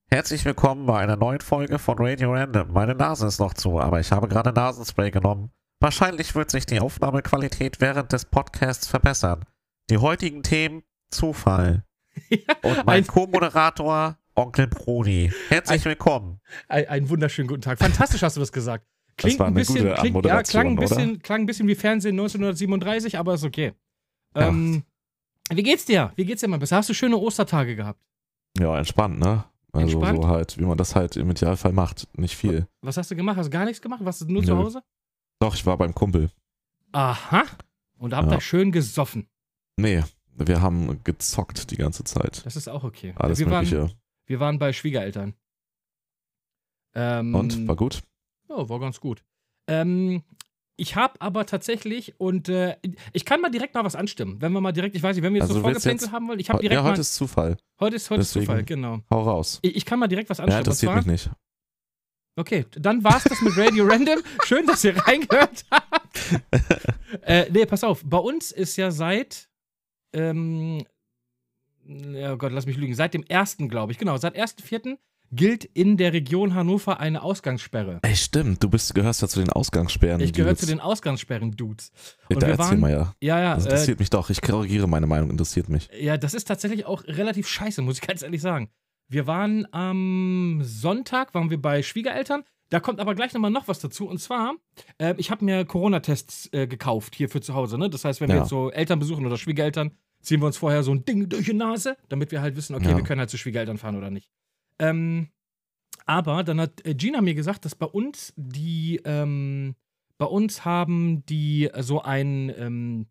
Herzlich willkommen bei einer neuen Folge von Radio Random. Meine Nase ist noch zu, aber ich habe gerade Nasenspray genommen. Wahrscheinlich wird sich die Aufnahmequalität während des Podcasts verbessern. Die heutigen Themen: Zufall. Und mein Co-Moderator Onkel Bruni. Herzlich willkommen. Einen wunderschönen guten Tag. Fantastisch hast du das gesagt. Das war eine gute Anmoderation, klang ein bisschen wie Fernsehen 1937, aber ist okay. Wie geht's dir? Wie geht's dir, mein Besser? Hast du schöne Ostertage gehabt? Ja, entspannt, ne? Also Entspannt? so halt, wie man das halt im Idealfall macht. Nicht viel. Was hast du gemacht? Hast du gar nichts gemacht? Warst du nur zu Hause? Doch, ich war beim Kumpel. Aha. Und habt ihr schön gesoffen? Nee, wir haben gezockt die ganze Zeit. Das ist auch okay. Alles Mögliche. Wir waren bei Schwiegereltern. Und? War gut? Ja, war ganz gut. Ich habe aber tatsächlich, und ich kann mal direkt mal was anstimmen. Wenn wir mal direkt, ich weiß nicht, wenn wir jetzt Also so Vorgeplänkel haben wollen, ich habe direkt ja, heute ist Zufall. Heute ist Zufall, genau. Hau raus. Ich kann mal direkt was anstimmen. Ja, interessiert mich nicht. Okay, dann war's das mit Radio Random. Schön, dass ihr reingehört habt. Nee, pass auf. Bei uns ist ja seit, oh Gott, lass mich lügen, seit dem 1., glaube ich, genau, seit 1.4. gilt in der Region Hannover eine Ausgangssperre. Ey, stimmt, gehörst ja zu den Ausgangssperren. Ich gehöre zu den Ausgangssperren-Dudes. Da erzähl mal ja. Ja. Das interessiert mich doch. Ich korrigiere meine Meinung, interessiert mich. Ja, das ist tatsächlich auch relativ scheiße, muss ich ganz ehrlich sagen. Wir waren am Sonntag, bei Schwiegereltern. Da kommt aber gleich noch was dazu. Und zwar, ich habe mir Corona-Tests gekauft hier für zu Hause. Ne? Das heißt, wenn wir jetzt so Eltern besuchen oder Schwiegereltern, ziehen wir uns vorher so ein Ding durch die Nase, damit wir halt wissen, okay, wir können halt zu Schwiegereltern fahren oder nicht. Aber dann hat Gina mir gesagt, dass bei uns haben die so ein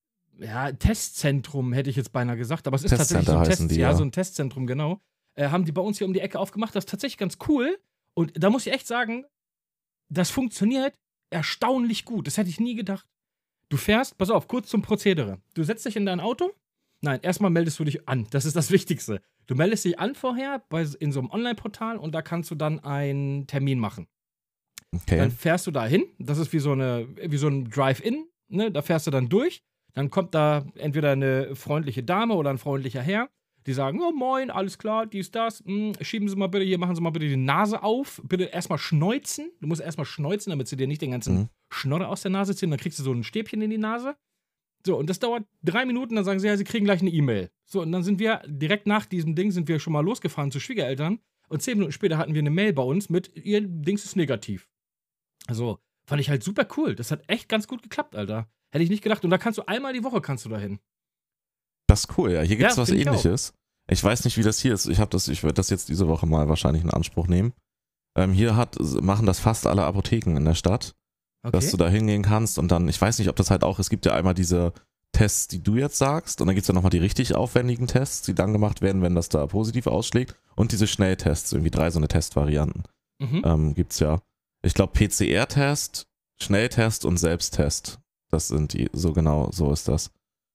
Testzentrum, hätte ich jetzt beinahe gesagt, aber es ist tatsächlich so ein Testzentrum, genau. Haben die bei uns hier um die Ecke aufgemacht. Das ist tatsächlich ganz cool. Und da muss ich echt sagen, das funktioniert erstaunlich gut. Das hätte ich nie gedacht. Du fährst, pass auf, kurz zum Prozedere. Du setzt dich in dein Auto. Nein, erstmal meldest du dich an. Das ist das Wichtigste. Du meldest dich an vorher in so einem Online-Portal und da kannst du dann einen Termin machen. Okay. Dann fährst du da hin. Das ist wie so ein Drive-In. Ne? Da fährst du dann durch. Dann kommt da entweder eine freundliche Dame oder ein freundlicher Herr. Die sagen, oh, moin, alles klar, dies, das. Schieben Sie mal bitte hier, machen Sie mal bitte die Nase auf. Bitte erstmal schneuzen. Du musst erstmal schneuzen, damit sie dir nicht den ganzen Schnodder aus der Nase ziehen. Dann kriegst du so ein Stäbchen in die Nase. So, und das dauert 3 Minuten, dann sagen sie, ja, sie kriegen gleich eine E-Mail. So, und dann sind wir direkt nach diesem Ding schon mal losgefahren zu Schwiegereltern und 10 Minuten später hatten wir eine Mail bei uns mit, ihr Dings ist negativ. Also, fand ich halt super cool. Das hat echt ganz gut geklappt, Alter. Hätte ich nicht gedacht. Und da kannst du einmal die Woche da hin. Das ist cool, ja. Hier gibt es was Ähnliches. Ich weiß nicht, wie das hier ist. Ich werde das jetzt diese Woche mal wahrscheinlich in Anspruch nehmen. Hier machen das fast alle Apotheken in der Stadt. Okay. Dass du da hingehen kannst und dann, ich weiß nicht, ob das halt auch, es gibt ja einmal diese Tests, die du jetzt sagst, und dann gibt es ja nochmal die richtig aufwendigen Tests, die dann gemacht werden, wenn das da positiv ausschlägt, und diese Schnelltests, irgendwie 3 so eine Testvarianten. Gibt's ja. Ich glaube PCR-Test, Schnelltest und Selbsttest. Das sind die, so genau, so ist das.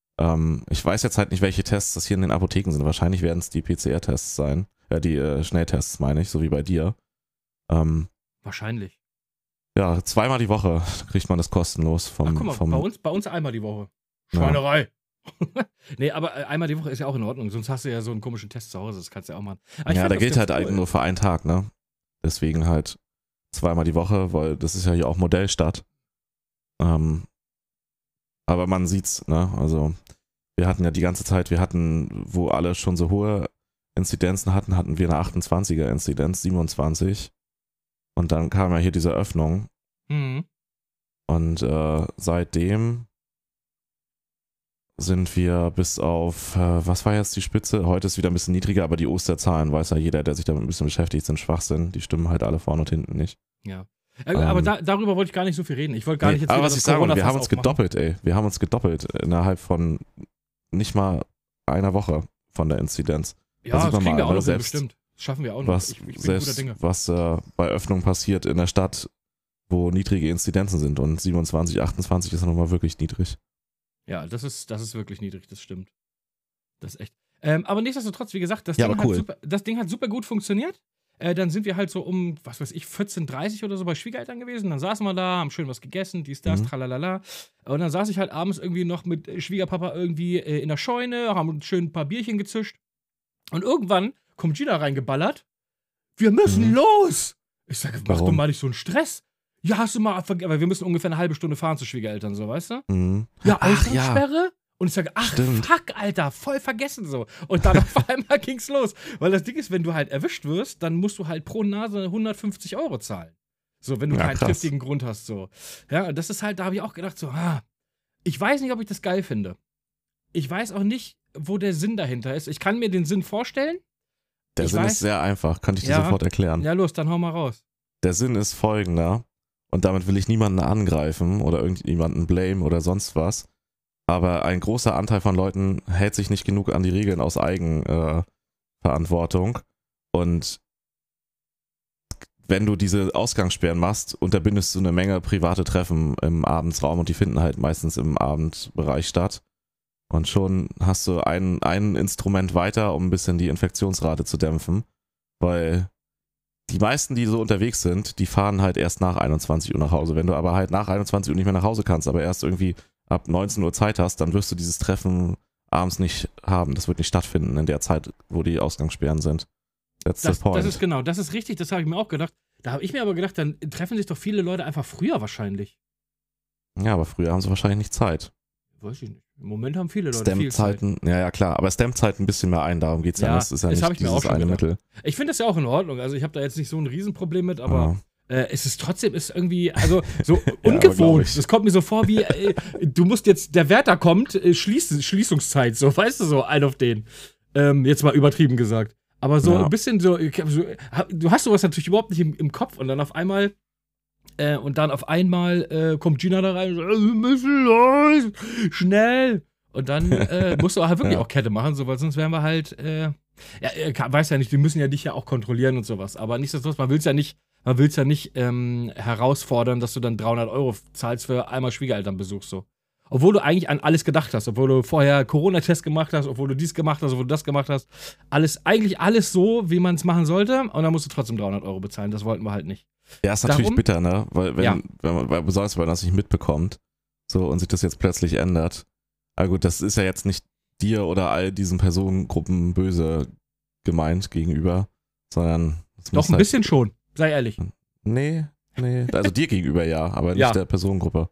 Ich weiß jetzt halt nicht, welche Tests das hier in den Apotheken sind. Wahrscheinlich werden es die PCR-Tests sein. Ja, die Schnelltests meine ich, so wie bei dir. Wahrscheinlich. Ja, 2-mal die Woche kriegt man das kostenlos vom. Ach, guck mal, bei uns einmal die Woche. Schweinerei. Ja. Nee, aber einmal die Woche ist ja auch in Ordnung. Sonst hast du ja so einen komischen Test zu Hause. Das kannst du ja auch machen. Ja, der gilt halt nur für einen Tag, ne? Deswegen halt 2-mal die Woche, weil das ist ja hier auch Modellstadt. Aber man sieht's, ne? Also, wir hatten ja die ganze Zeit, wo alle schon so hohe Inzidenzen hatten wir eine 28er-Inzidenz, 27. Und dann kam ja hier diese Öffnung. Und seitdem sind wir bis auf, was war jetzt die Spitze? Heute ist wieder ein bisschen niedriger, aber die Osterzahlen, weiß ja jeder, der sich damit ein bisschen beschäftigt, sind Schwachsinn. Die stimmen halt alle vorne und hinten nicht. Ja. Aber darüber wollte ich gar nicht so viel reden. Ich wollte gar nicht jetzt aber was ich sage, wir haben uns gedoppelt, ey. Wir haben uns gedoppelt innerhalb von nicht mal einer Woche von der Inzidenz. Ja, das kriegen wir auch noch bestimmt. Das schaffen wir auch noch. Ich bin guter Dinge. Was bei Öffnung passiert in der Stadt, wo niedrige Inzidenzen sind, und 27, 28 ist ja nochmal wirklich niedrig. Ja, das ist wirklich niedrig, das stimmt. Das ist echt. Aber nichtsdestotrotz, wie gesagt, das Ding hat super gut funktioniert. Dann sind wir halt so um, 14:30 oder so bei Schwiegereltern gewesen. Dann saßen wir da, haben schön was gegessen, dies, das, tralalala. Und dann saß ich halt abends irgendwie noch mit Schwiegerpapa irgendwie in der Scheune, haben schön ein paar Bierchen gezischt. Und irgendwann kommt Gina reingeballert wir müssen los. Ich sage, mach doch mal nicht so einen Stress. Ja, hast du mal, weil wir müssen ungefähr eine halbe Stunde fahren zu Schwiegereltern, so, weißt du? Mhm. Ja, Ausgangssperre? Und ich sage, fuck, Alter, voll vergessen so. Und dann auf einmal ging's los. Weil das Ding ist, wenn du halt erwischt wirst, dann musst du halt pro Nase 150 € zahlen. So, wenn du keinen triftigen Grund hast, so. Ja, und das ist halt, da habe ich auch gedacht, so, ich weiß nicht, ob ich das geil finde. Ich weiß auch nicht, wo der Sinn dahinter ist. Ich kann mir den Sinn vorstellen. Der Sinn ist sehr einfach, kann ich dir sofort erklären. Ja, los, dann hau mal raus. Der Sinn ist folgender, und damit will ich niemanden angreifen oder irgendjemanden blame oder sonst was, aber ein großer Anteil von Leuten hält sich nicht genug an die Regeln aus Eigenverantwortung, und wenn du diese Ausgangssperren machst, unterbindest du eine Menge private Treffen im Abendsraum, und die finden halt meistens im Abendbereich statt. Und schon hast du ein Instrument weiter, um ein bisschen die Infektionsrate zu dämpfen, weil die meisten, die so unterwegs sind, die fahren halt erst nach 21 Uhr nach Hause. Wenn du aber halt nach 21 Uhr nicht mehr nach Hause kannst, aber erst irgendwie ab 19 Uhr Zeit hast, dann wirst du dieses Treffen abends nicht haben. Das wird nicht stattfinden in der Zeit, wo die Ausgangssperren sind. That's the point. Das ist genau, das ist richtig, das habe ich mir auch gedacht. Da habe ich mir aber gedacht, dann treffen sich doch viele Leute einfach früher wahrscheinlich. Ja, aber früher haben sie wahrscheinlich nicht Zeit. Weiß ich nicht. Im Moment haben viele Leute viel Zeit. Ja, klar, aber es dämmt halt ein bisschen mehr ein, darum geht's ja. Das ist ja nicht dieses eine Mittel. Ich finde das ja auch in Ordnung, also ich habe da jetzt nicht so ein Riesenproblem mit, aber es ist trotzdem, ist irgendwie, also so ungewohnt. Das kommt mir so vor wie, du musst jetzt, der Wärter kommt, Schließungszeit, so, weißt du, so, ein auf den. Jetzt mal übertrieben gesagt. Aber so ein bisschen so, du hast sowas natürlich überhaupt nicht im Kopf, und dann auf einmal kommt Gina da rein und sagt, wir müssen los, schnell. Und dann musst du halt wirklich auch Kette machen, so, weil sonst wären wir halt, weiß ja nicht, die müssen ja dich ja auch kontrollieren und sowas. Aber nichtsdestotrotz, man will es ja nicht herausfordern, dass du dann 300 € zahlst für einmal Schwiegerelternbesuch, so. Obwohl du eigentlich an alles gedacht hast, obwohl du vorher Corona-Test gemacht hast, obwohl du dies gemacht hast, obwohl du das gemacht hast. Eigentlich alles so, wie man es machen sollte, und dann musst du trotzdem 300 € bezahlen. Das wollten wir halt nicht. Ja, ist natürlich bitter, ne? Weil besonders wenn man das nicht mitbekommt, so, und sich das jetzt plötzlich ändert. Aber gut, das ist ja jetzt nicht dir oder all diesen Personengruppen böse gemeint gegenüber, sondern doch ein bisschen schon, sei ehrlich. Nee, also dir gegenüber ja, aber nicht der Personengruppe.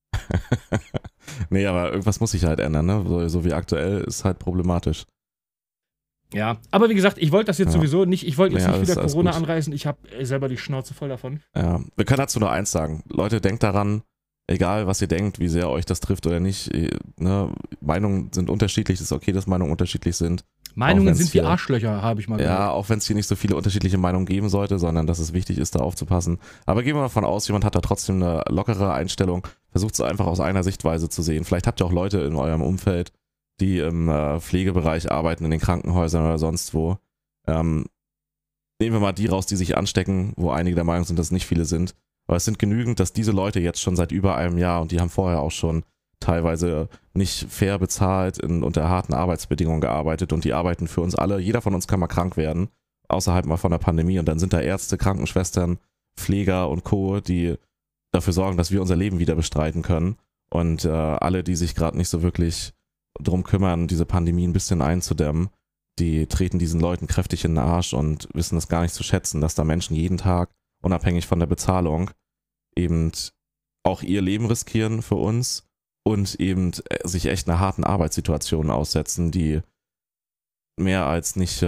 Nee, aber irgendwas muss sich halt ändern, ne? So wie aktuell ist halt problematisch. Ja, aber wie gesagt, ich wollte das jetzt sowieso nicht, ich wollte jetzt nicht wieder Corona anreißen, ich habe selber die Schnauze voll davon. Ja, wir können dazu nur eins sagen. Leute, denkt daran, egal was ihr denkt, wie sehr euch das trifft oder nicht, ne? Meinungen sind unterschiedlich, es ist okay, dass Meinungen unterschiedlich sind. Meinungen sind wie Arschlöcher, habe ich mal gehört. Ja, auch wenn es hier nicht so viele unterschiedliche Meinungen geben sollte, sondern dass es wichtig ist, da aufzupassen. Aber gehen wir davon aus, jemand hat da trotzdem eine lockere Einstellung, versucht es einfach aus einer Sichtweise zu sehen. Vielleicht habt ihr auch Leute in eurem Umfeld, die im Pflegebereich arbeiten, in den Krankenhäusern oder sonst wo. Nehmen wir mal die raus, die sich anstecken, wo einige der Meinung sind, dass es nicht viele sind. Aber es sind genügend, dass diese Leute jetzt schon seit über einem Jahr, und die haben vorher auch schon teilweise nicht fair bezahlt, unter harten Arbeitsbedingungen gearbeitet, und die arbeiten für uns alle. Jeder von uns kann mal krank werden, außerhalb mal von der Pandemie, und dann sind da Ärzte, Krankenschwestern, Pfleger und Co., die dafür sorgen, dass wir unser Leben wieder bestreiten können, und alle, die sich gerade nicht so wirklich drum kümmern, diese Pandemie ein bisschen einzudämmen, die treten diesen Leuten kräftig in den Arsch und wissen es gar nicht zu schätzen, dass da Menschen jeden Tag, unabhängig von der Bezahlung, eben auch ihr Leben riskieren für uns und eben sich echt einer harten Arbeitssituation aussetzen, die mehr als nicht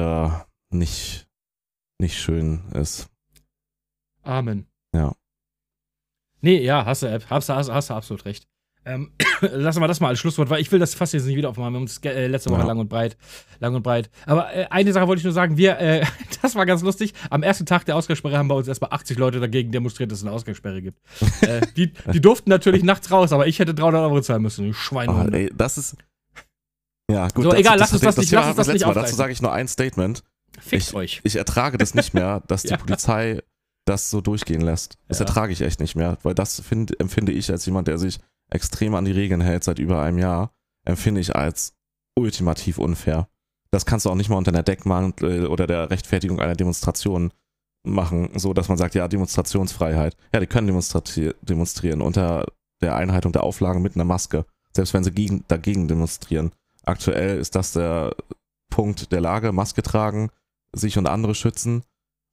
schön ist. Amen. Ja. Nee, ja, hast du absolut recht. Lassen wir das mal als Schlusswort, weil ich will das fast jetzt nicht wieder aufmachen. Wir haben uns letzte Woche lang und breit. Aber eine Sache wollte ich nur sagen, das war ganz lustig, am ersten Tag der Ausgangssperre haben bei uns erstmal 80 Leute dagegen demonstriert, dass es eine Ausgangssperre gibt. Die durften natürlich nachts raus, aber ich hätte 300 € zahlen müssen, Schwein. Ey, das ist... Ja, gut. So, egal, lass uns das nicht aufreißen. Dazu sage ich nur ein Statement. Fickt euch. Ich ertrage das nicht mehr, dass die Polizei das so durchgehen lässt. Das ertrage ich echt nicht mehr, weil das empfinde ich als jemand, der sich extrem an die Regeln hält seit über einem Jahr, empfinde ich als ultimativ unfair. Das kannst du auch nicht mal unter der Deckmantel oder der Rechtfertigung einer Demonstration machen, so dass man sagt, ja, Demonstrationsfreiheit. Ja, die können demonstrieren unter der Einhaltung der Auflagen mit einer Maske, selbst wenn sie dagegen demonstrieren. Aktuell ist das der Punkt der Lage, Maske tragen, sich und andere schützen,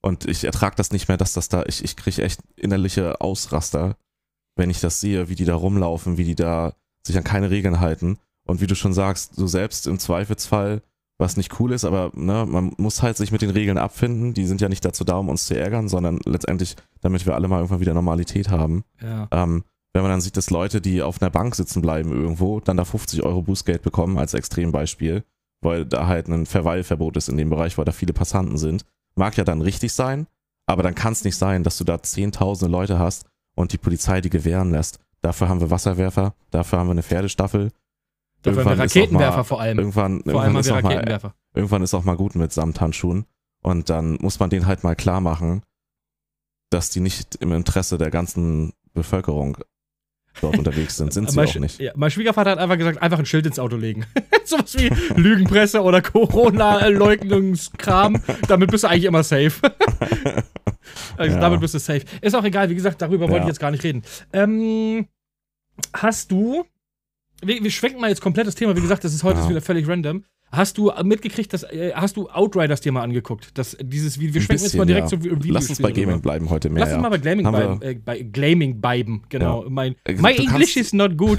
Und ich ertrage das nicht mehr, dass das da, ich kriege echt innerliche Ausraster, wenn ich das sehe, wie die da rumlaufen, wie die da sich an keine Regeln halten. Und wie du schon sagst, so selbst im Zweifelsfall, was nicht cool ist, aber ne, man muss halt sich mit den Regeln abfinden. Die sind ja nicht dazu da, um uns zu ärgern, sondern letztendlich, damit wir alle mal irgendwann wieder Normalität haben. Ja. Wenn man dann sieht, dass Leute, die auf einer Bank sitzen bleiben irgendwo, dann da 50 € Bußgeld bekommen als Extrembeispiel, weil da halt ein Verweilverbot ist in dem Bereich, weil da viele Passanten sind. Mag ja dann richtig sein, aber dann kann es nicht sein, dass du da zehntausende Leute hast und die Polizei die gewähren lässt. Dafür haben wir Wasserwerfer, dafür haben wir eine Pferdestaffel. Dafür haben wir Raketenwerfer vor allem. Irgendwann ist auch mal gut mit Samthandschuhen. Und dann muss man denen halt mal klar machen, dass die nicht im Interesse der ganzen Bevölkerung dort unterwegs sind. Sind sie auch nicht. Ja, mein Schwiegervater hat einfach gesagt, einfach ein Schild ins Auto legen. Sowas wie Lügenpresse oder Corona-Leugnungskram. Damit bist du eigentlich immer safe. Damit bist du safe. Ist auch egal, wie gesagt, darüber wollte ich jetzt gar nicht reden. Hast du, wir schwenken mal jetzt komplett das Thema, wie gesagt, das ist heute ist wieder völlig random. Hast du mitgekriegt, hast du Outriders dir mal angeguckt? Wir schwenken jetzt mal direkt so Videospiele. Lass uns bei Gaming bleiben heute mehr. Lass uns mal bei Gaming bleiben, genau. Ja. My English is not good.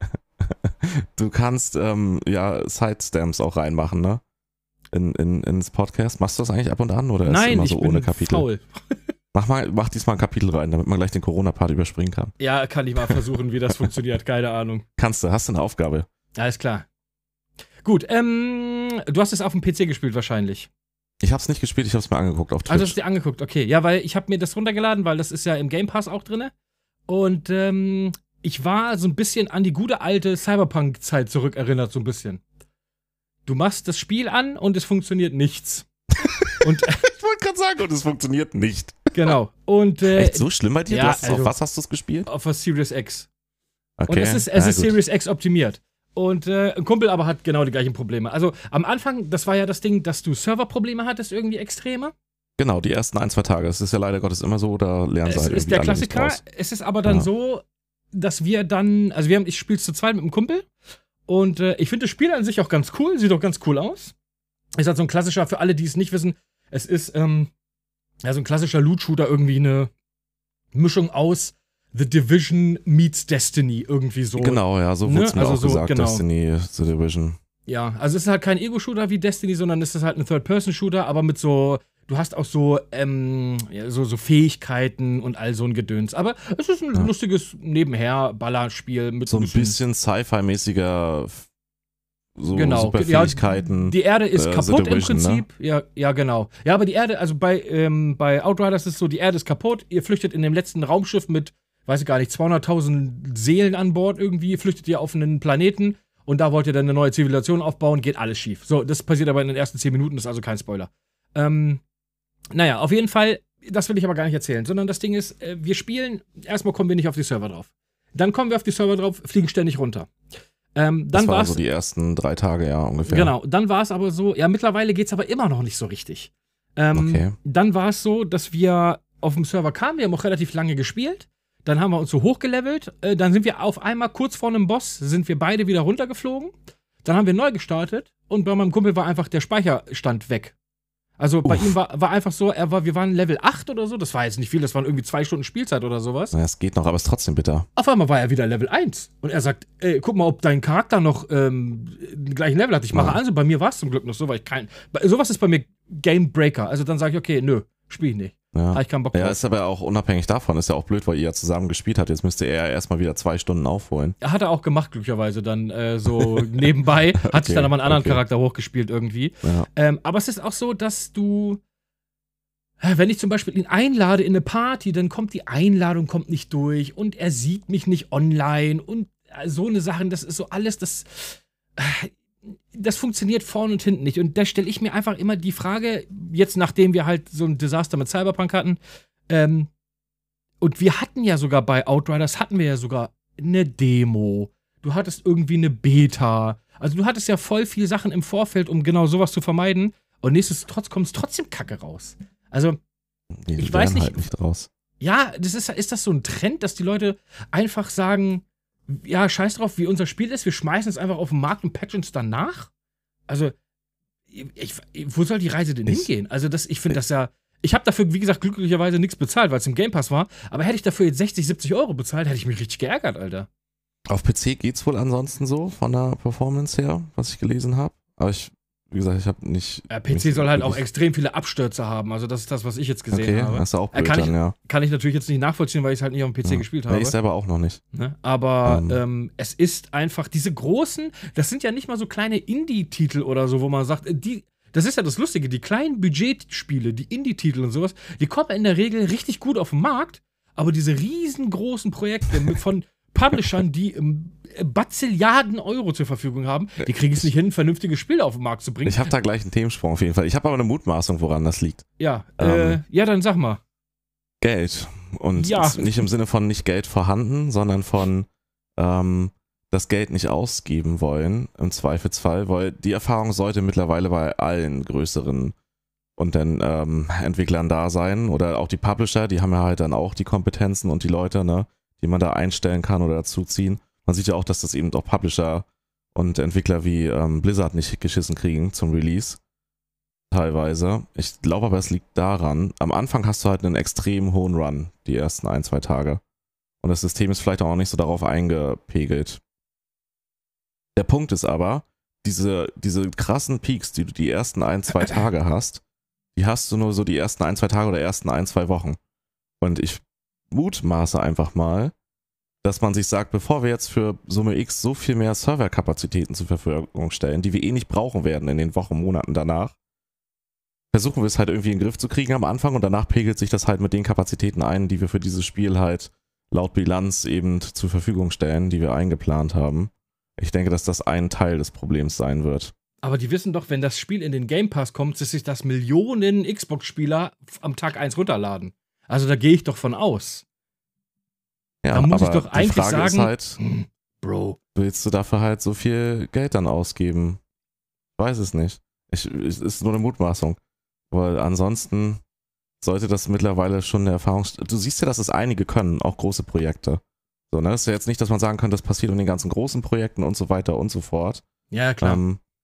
Du kannst Sidestamps auch reinmachen, ne? Ins Podcast. Machst du das eigentlich ab und an oder ist es immer so ohne Kapitel? Faul. Mach diesmal ein Kapitel rein, damit man gleich den Corona-Part überspringen kann. Ja, kann ich mal versuchen, wie das funktioniert. Keine Ahnung. Hast du eine Aufgabe. Alles klar. Gut, du hast es auf dem PC gespielt wahrscheinlich. Ich hab's nicht gespielt, ich hab's mir angeguckt auf Twitch. Also hast du dir angeguckt, okay. Ja, weil ich habe mir das runtergeladen, weil das ist ja im Game Pass auch drin. Und ich war so ein bisschen an die gute alte Cyberpunk-Zeit zurückerinnert, so ein bisschen. Du machst das Spiel an und es funktioniert nichts. Und ich wollte gerade sagen, und es funktioniert nicht. Genau. Und, echt so schlimm bei dir? Ja, auf was hast du es gespielt? Auf der Series X. Okay. Und es ist Series X optimiert. Und ein Kumpel aber hat genau die gleichen Probleme. Also am Anfang, das war ja das Ding, dass du Serverprobleme hattest, irgendwie extreme. Genau, die ersten 1-2 Tage. Das ist ja leider Gottes immer so, da lernen sie halt irgendwie. Es ist der Klassiker. Es ist aber dann so, dass wir dann, also ich spiele zu zweit mit einem Kumpel. Und ich finde das Spiel an sich auch ganz cool, sieht auch ganz cool aus. Ist halt so ein klassischer, für alle, die es nicht wissen, es ist so ein klassischer Loot-Shooter, irgendwie eine Mischung aus The Division meets Destiny, irgendwie so. Genau, ja, so wurde es mir auch gesagt, genau. Destiny, The Division. Ja, also es ist halt kein Ego-Shooter wie Destiny, sondern es ist halt ein Third-Person-Shooter, aber mit so, du hast auch so Fähigkeiten und all so ein Gedöns. Aber es ist ein lustiges Nebenher-Ballerspiel mit so ein bisschen Sci-Fi-mäßiger Superfähigkeiten. Ja, die Erde ist kaputt Division, im Prinzip. Ne? Ja, genau. Ja, aber die Erde, also bei Outriders ist es so, die Erde ist kaputt, ihr flüchtet in dem letzten Raumschiff mit, weiß ich gar nicht, 200.000 Seelen an Bord irgendwie, flüchtet ihr auf einen Planeten und da wollt ihr dann eine neue Zivilisation aufbauen, geht alles schief. So, das passiert aber in den ersten 10 Minuten, das ist also kein Spoiler. Naja, auf jeden Fall, das will ich aber gar nicht erzählen, sondern das Ding ist, wir spielen, erstmal kommen wir nicht auf die Server drauf. Dann kommen wir auf die Server drauf, fliegen ständig runter. Dann das war so die ersten 3 Tage, ja, ungefähr. Genau, dann war es aber so, ja, mittlerweile geht's aber immer noch nicht so richtig. Okay. Dann war es so, dass wir auf dem Server kamen, wir haben auch relativ lange gespielt, dann haben wir uns so hochgelevelt, dann sind wir auf einmal kurz vor einem Boss, sind wir beide wieder runtergeflogen, dann haben wir neu gestartet und bei meinem Kumpel war einfach der Speicherstand weg. Also bei ihm war einfach so, wir waren Level 8 oder so, das war jetzt nicht viel, das waren irgendwie 2 Stunden Spielzeit oder sowas. Na, es geht noch, aber es ist trotzdem bitter. Auf einmal war er wieder Level 1 und er sagt, guck mal, ob dein Charakter noch den gleichen Level hat. Ich mache also, bei mir war es zum Glück noch so, weil sowas ist bei mir Game Breaker. Also dann sage ich, okay, nö, spiel ich nicht. Ja. Habe ich keinen Bock drauf. Ja, ist aber auch unabhängig davon, ist ja auch blöd, weil ihr ja zusammen gespielt habt. Jetzt müsste er erstmal wieder 2 Stunden aufholen. Hat er auch gemacht, glücklicherweise, dann so nebenbei. Hat sich dann aber einen anderen Charakter hochgespielt irgendwie. Ja. Aber es ist auch so, dass du, wenn ich zum Beispiel ihn einlade in eine Party, dann kommt die Einladung nicht durch und er sieht mich nicht online und so eine Sache, das ist so alles, das funktioniert vorne und hinten nicht. Und da stelle ich mir einfach immer die Frage, jetzt nachdem wir halt so ein Desaster mit Cyberpunk hatten, und wir hatten ja sogar bei Outriders, eine Demo. Du hattest irgendwie eine Beta. Also du hattest ja voll viel Sachen im Vorfeld, um genau sowas zu vermeiden. Und nichtsdestotrotz kommt es trotzdem kacke raus. Also, ich weiß nicht. Halt nicht raus. Ja, ist das so ein Trend, dass die Leute einfach sagen, ja, scheiß drauf, wie unser Spiel ist, wir schmeißen es einfach auf den Markt und patchen es dann nach? Also, wo soll die Reise denn hingehen? Also, ich finde das ja, ich habe dafür, wie gesagt, glücklicherweise nichts bezahlt, weil es im Game Pass war. Aber hätte ich dafür jetzt 60, 70 Euro bezahlt, hätte ich mich richtig geärgert, Alter. Auf PC geht's wohl ansonsten so, von der Performance her, was ich gelesen habe. Aber wie gesagt, ich habe nicht... PC soll halt auch extrem viele Abstürze haben. Also das ist das, was ich jetzt gesehen habe. Okay, das ist auch blöd dann, ja. Kann ich natürlich jetzt nicht nachvollziehen, weil ich es halt nicht auf dem PC gespielt habe. Ich selber auch noch nicht. Ne? Aber es ist einfach, diese großen, das sind ja nicht mal so kleine Indie-Titel oder so, wo man sagt, das ist ja das Lustige, die kleinen Budgetspiele, die Indie-Titel und sowas, die kommen in der Regel richtig gut auf den Markt, aber diese riesengroßen Projekte von Publishern, die Bazilliarden Euro zur Verfügung haben, die kriegen es nicht hin, ein vernünftiges Spiel auf den Markt zu bringen. Ich habe da gleich einen Themensprung auf jeden Fall. Ich habe aber eine Mutmaßung, woran das liegt. Ja, dann sag mal. Geld. Und nicht im Sinne von nicht Geld vorhanden, sondern von das Geld nicht ausgeben wollen, im Zweifelsfall, weil die Erfahrung sollte mittlerweile bei allen größeren und dann Entwicklern da sein oder auch die Publisher, die haben ja halt dann auch die Kompetenzen und die Leute, ne, die man da einstellen kann oder dazuziehen. Man sieht ja auch, dass das eben auch Publisher und Entwickler wie Blizzard nicht geschissen kriegen zum Release. Teilweise. Ich glaube aber, es liegt daran, am Anfang hast du halt einen extrem hohen Run, die ersten 1-2 Tage. Und das System ist vielleicht auch nicht so darauf eingepegelt. Der Punkt ist aber, diese krassen Peaks, die du die ersten 1-2 Tage hast, die hast du nur so die ersten 1-2 Tage oder ersten 1-2 Wochen. Und ich mutmaße einfach mal, dass man sich sagt, bevor wir jetzt für Summe X so viel mehr Serverkapazitäten zur Verfügung stellen, die wir eh nicht brauchen werden in den Wochen, Monaten danach, versuchen wir es halt irgendwie in den Griff zu kriegen am Anfang und danach pegelt sich das halt mit den Kapazitäten ein, die wir für dieses Spiel halt laut Bilanz eben zur Verfügung stellen, die wir eingeplant haben. Ich denke, dass das ein Teil des Problems sein wird. Aber die wissen doch, wenn das Spiel in den Game Pass kommt, dass sich das Millionen Xbox-Spieler am Tag 1 runterladen. Also da gehe ich doch von aus. Ja, da muss ich doch eigentlich die Frage sagen, ist halt, Bro, willst du dafür halt so viel Geld dann ausgeben? Ich weiß es nicht. Es ist nur eine Mutmaßung. Weil ansonsten sollte das mittlerweile schon eine Erfahrung... Du siehst ja, dass es einige können, auch große Projekte. So, ne? Das ist ja jetzt nicht, dass man sagen kann, das passiert in den ganzen großen Projekten und so weiter und so fort. Ja, klar.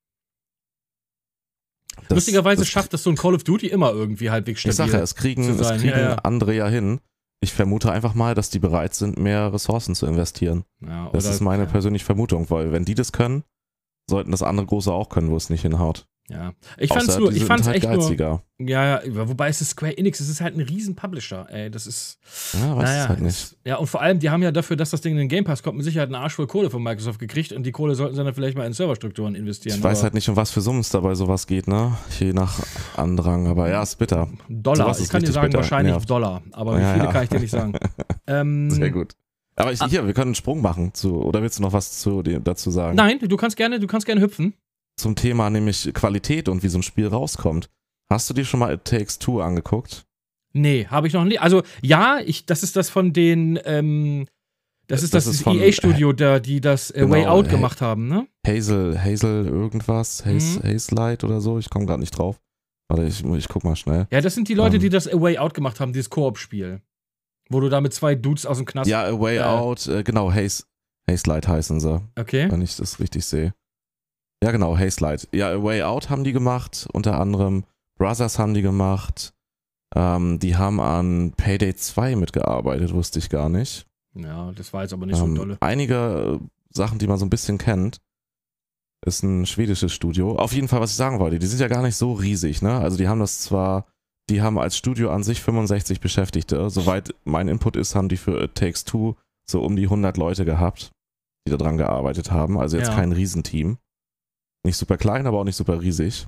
Lustigerweise schafft das so ein Call of Duty immer irgendwie halbwegs stabil. Ich sage ja, es kriegen andere ja hin. Ich vermute einfach mal, dass die bereit sind, mehr Ressourcen zu investieren. Ja, das ist meine persönliche Vermutung, weil wenn die das können, sollten das andere große auch können, wo es nicht hinhaut. Ja, ich fand's halt echt geiziger. Ja, wobei es ist Square Enix, es ist halt ein riesen Publisher, ey, das ist... Ja, weiß es halt nicht. Ja, und vor allem, die haben ja dafür, dass das Ding in den Game Pass kommt, mit Sicherheit einen Arsch voll Kohle von Microsoft gekriegt und die Kohle sollten sie dann vielleicht mal in Serverstrukturen investieren. Ich weiß halt nicht, um was für Summen es dabei sowas geht, ne? Je nach Andrang, aber ja, ist bitter. Dollar, ich kann dir sagen, wahrscheinlich Dollar, aber wie viele kann ich dir nicht sagen. Sehr gut. Aber wir können einen Sprung machen, oder willst du noch was dazu sagen? Nein, du kannst gerne hüpfen. Zum Thema nämlich Qualität und wie so ein Spiel rauskommt. Hast du dir schon mal It Takes Two angeguckt? Nee, habe ich noch nie. Also ja, das ist das von den, das ist das EA-Studio, die das genau, Way Out gemacht haben, ne? Hazel irgendwas, Hazelight oder so, ich komme gerade nicht drauf. Warte, ich guck mal schnell. Ja, das sind die Leute, die das A Way Out gemacht haben, dieses Koop-Spiel. Wo du da mit 2 Dudes aus dem Knast... Ja, A Way Out, genau, Hazelight heißen sie. Okay. Wenn ich das richtig sehe. Ja, genau, Hazelight. Ja, A Way Out haben die gemacht, unter anderem Brothers haben die gemacht. Die haben an Payday 2 mitgearbeitet, wusste ich gar nicht. Ja, das war jetzt aber nicht so dolle. Einige Sachen, die man so ein bisschen kennt, ist ein schwedisches Studio. Auf jeden Fall, was ich sagen wollte, die sind ja gar nicht so riesig, ne? Also die haben als Studio an sich 65 Beschäftigte. Soweit mein Input ist, haben die für It Takes Two so um die 100 Leute gehabt, die da dran gearbeitet haben. Also jetzt kein Riesenteam. Nicht super klein, aber auch nicht super riesig.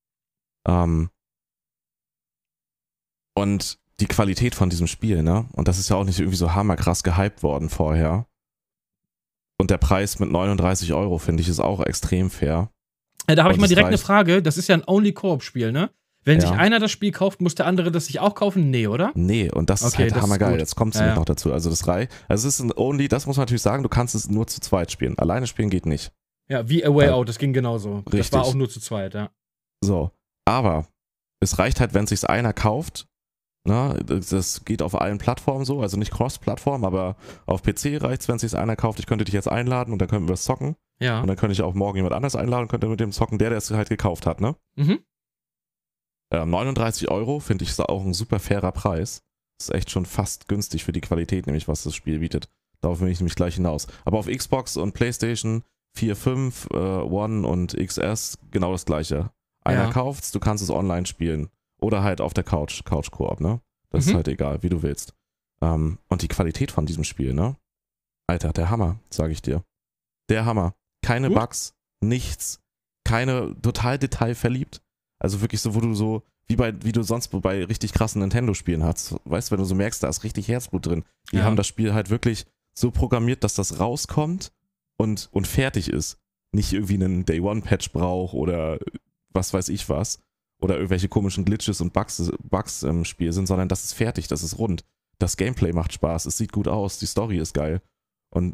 Und die Qualität von diesem Spiel, ne? Und das ist ja auch nicht irgendwie so hammerkrass gehypt worden vorher. Und der Preis mit 39 €, finde ich, ist auch extrem fair. Ja, da habe ich mal direkt eine Frage. Das ist ja ein Only-Koop-Spiel, ne? Wenn sich einer das Spiel kauft, muss der andere das sich auch kaufen? Nee, oder? Nee, und das ist halt hammergeil. Jetzt kommt es noch dazu. Also es ist ein Only, das muss man natürlich sagen, du kannst es nur zu zweit spielen. Alleine spielen geht nicht. Ja, wie A Way Out, das ging genauso. Richtig. Das war auch nur zu zweit, ja. So, aber es reicht halt, wenn sich's einer kauft. Ne? Das geht auf allen Plattformen so, also nicht Cross-Plattform, aber auf PC reicht's, wenn sich's einer kauft. Ich könnte dich jetzt einladen und dann können wir was zocken. Ja. Und dann könnte ich auch morgen jemand anders einladen und könnte mit dem zocken, der es halt gekauft hat, ne? Mhm. 39 € finde ich auch ein super fairer Preis. Das ist echt schon fast günstig für die Qualität, nämlich was das Spiel bietet. Darauf will ich nämlich gleich hinaus. Aber auf Xbox und PlayStation 4, 5, One und XS genau das gleiche. Einer kauft's, du kannst es online spielen. Oder halt auf der Couch-Koop, ne? Das ist halt egal, wie du willst. Und die Qualität von diesem Spiel, ne? Alter, der Hammer, sage ich dir. Der Hammer. Keine Bugs, nichts. Keine, total detailverliebt. Also wirklich so, wo du so, wie du sonst bei richtig krassen Nintendo-Spielen hast. Weißt du, wenn du so merkst, da ist richtig Herzblut drin. Die haben das Spiel halt wirklich so programmiert, dass das rauskommt und fertig ist. Nicht irgendwie einen Day-One-Patch braucht oder was weiß ich was. Oder irgendwelche komischen Glitches und Bugs im Spiel sind, sondern das ist fertig, das ist rund. Das Gameplay macht Spaß, es sieht gut aus, die Story ist geil. Und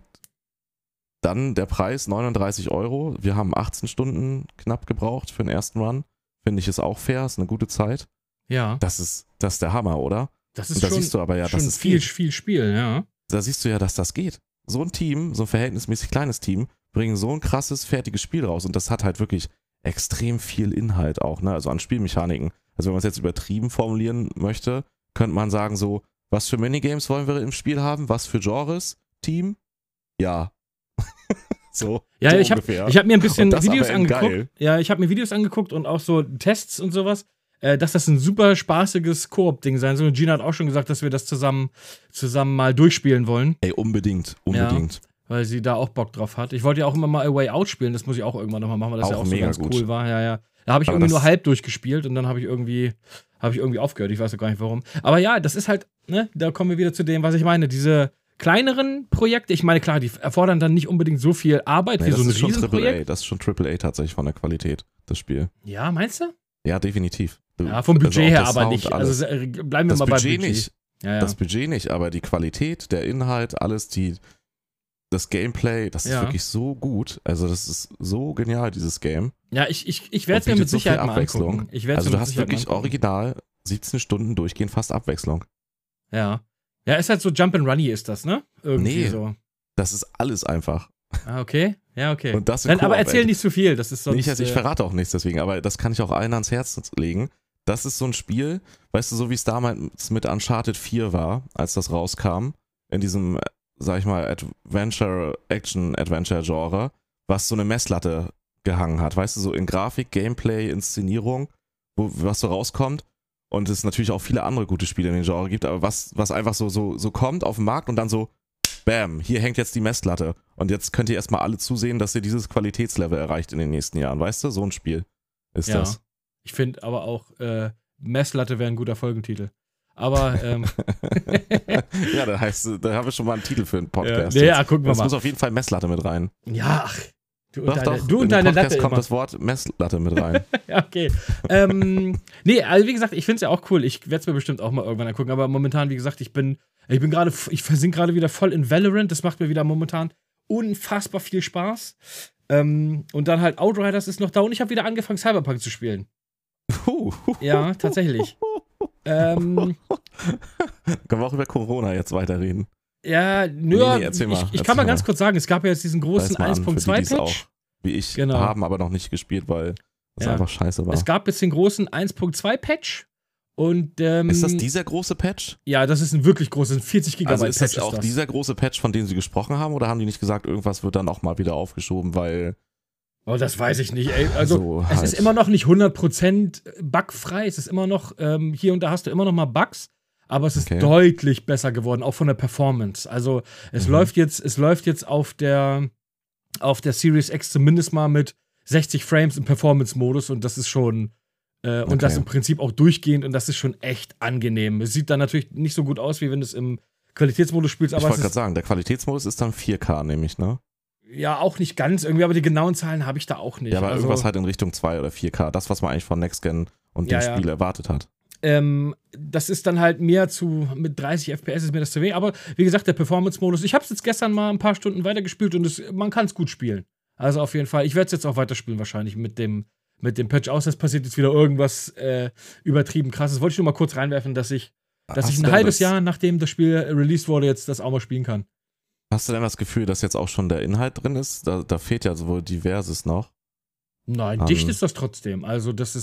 dann der Preis, 39 €. Wir haben 18 Stunden knapp gebraucht für den ersten Run. Finde ich, ist auch fair, ist eine gute Zeit. Ja. Das ist der Hammer, oder? Das ist und da siehst du aber ja, schon dass es viel geht. Spiel, ja. Da siehst du ja, dass das geht. So ein Team, so ein verhältnismäßig kleines Team, bringen so ein krasses, fertiges Spiel raus. Und das hat halt wirklich extrem viel Inhalt auch, ne? Also an Spielmechaniken. Also wenn man es jetzt übertrieben formulieren möchte, könnte man sagen so, was für Minigames wollen wir im Spiel haben? Was für Genres? Team? Ja. So. Ja, so ich hab mir ein bisschen Videos angeguckt. Geil. Ja, ich habe mir Videos angeguckt und auch so Tests und sowas, dass das ein super spaßiges Koop-Ding sein soll. Und Gina hat auch schon gesagt, dass wir das zusammen mal durchspielen wollen. Ey, unbedingt. Ja, weil sie da auch Bock drauf hat. Ich wollte ja auch immer mal A Way Out spielen, das muss ich auch irgendwann nochmal machen, weil das auch ja auch so ganz gut. Cool war. Ja. Da habe ich irgendwie nur halb durchgespielt und dann habe ich irgendwie aufgehört. Ich weiß auch gar nicht warum. Aber ja, das ist halt, ne, da kommen wir wieder zu dem, was ich meine. Diese kleineren Projekte, ich meine, klar, die erfordern dann nicht unbedingt so viel Arbeit wie so ein Riesenprojekt. Das ist schon AAA tatsächlich von der Qualität, das Spiel. Ja, meinst du? Ja, definitiv. Ja, vom Budget her aber nicht. Also bleiben wir mal bei Budget. Nicht. Ja. Das Budget nicht, aber die Qualität, der Inhalt, alles, das Gameplay, das ist wirklich so gut. Also das ist so genial, dieses Game. Ja, ich werde es mir mit Sicherheit mal angucken. Also du hast wirklich original 17 Stunden durchgehend fast Abwechslung. Ja. Ja, ist halt so Jump'n'Runny ist das, ne? Irgendwie so. Das ist alles einfach. Ah, okay. Ja, okay. Und das dann, aber erzähl nicht zu viel, das ist sonst... Ich verrate auch nichts deswegen, aber das kann ich auch allen ans Herz legen. Das ist so ein Spiel, weißt du, so wie es damals mit Uncharted 4 war, als das rauskam, in diesem, sag ich mal, Action-Adventure-Genre, was so eine Messlatte gehangen hat, weißt du, so in Grafik, Gameplay, Inszenierung, was so rauskommt. Und es natürlich auch viele andere gute Spiele in den Genre gibt, aber was einfach so kommt auf den Markt und dann so, bam, hier hängt jetzt die Messlatte. Und jetzt könnt ihr erstmal alle zusehen, dass ihr dieses Qualitätslevel erreicht in den nächsten Jahren. Weißt du, so ein Spiel ist das. Ich finde aber auch, Messlatte wäre ein guter Folgentitel. Aber, ja, da habe ich schon mal einen Titel für einen Podcast. Ja, gucken wir mal. Das muss auf jeden Fall Messlatte mit rein. Ja, ach. Du und in deine Podcast Latte kommt immer. Das Wort Messlatte mit rein. Ja, okay. Nee, also wie gesagt, ich finde es ja auch cool. Ich werde es mir bestimmt auch mal irgendwann angucken. Aber momentan, wie gesagt, ich versink gerade wieder voll in Valorant. Das macht mir wieder momentan unfassbar viel Spaß. Und dann halt Outriders ist noch da und ich habe wieder angefangen, Cyberpunk zu spielen. Ja, tatsächlich. Können wir auch über Corona jetzt weiterreden? Ja, ich kann mal ganz kurz sagen, es gab ja jetzt diesen großen 1.2-Patch. Wie ich haben aber noch nicht gespielt, weil das einfach scheiße war. Es gab jetzt den großen 1.2-Patch und ist das dieser große Patch? Ja, das ist ein wirklich großes, 40 GB Also ist das auch dieser große Patch, von dem sie gesprochen haben, oder haben die nicht gesagt, irgendwas wird dann auch mal wieder aufgeschoben, weil... Oh, das weiß ich nicht, ey. Also, so es ist immer noch nicht 100% bugfrei, es ist immer noch, hier und da hast du immer noch mal Bugs, aber es ist deutlich besser geworden, auch von der Performance. Also es läuft jetzt auf der Series X zumindest mal mit 60 Frames im Performance-Modus und das ist schon und das im Prinzip auch durchgehend und das ist schon echt angenehm. Es sieht dann natürlich nicht so gut aus, wie wenn du es im Qualitätsmodus spielst, aber ich wollte gerade sagen, der Qualitätsmodus ist dann 4K nämlich, ne? Ja, auch nicht ganz irgendwie, aber die genauen Zahlen habe ich da auch nicht. Ja, aber irgendwas halt in Richtung 2 oder 4K, das, was man eigentlich von Next Gen und dem Spiel erwartet hat. Das ist dann halt mehr mit 30 FPS ist mir das zu wenig, aber wie gesagt, der Performance-Modus, ich habe es jetzt gestern mal ein paar Stunden weitergespielt und man kann es gut spielen. Also auf jeden Fall, ich werde es jetzt auch weiterspielen wahrscheinlich mit dem Patch, außer es passiert jetzt wieder irgendwas übertrieben krasses. Wollte ich nur mal kurz reinwerfen, dass ich ein halbes Jahr, nachdem das Spiel released wurde, jetzt das auch mal spielen kann. Hast du denn das Gefühl, dass jetzt auch schon der Inhalt drin ist? Da fehlt ja so wohl Diverses noch. Nein, dicht ist das trotzdem. Also das ist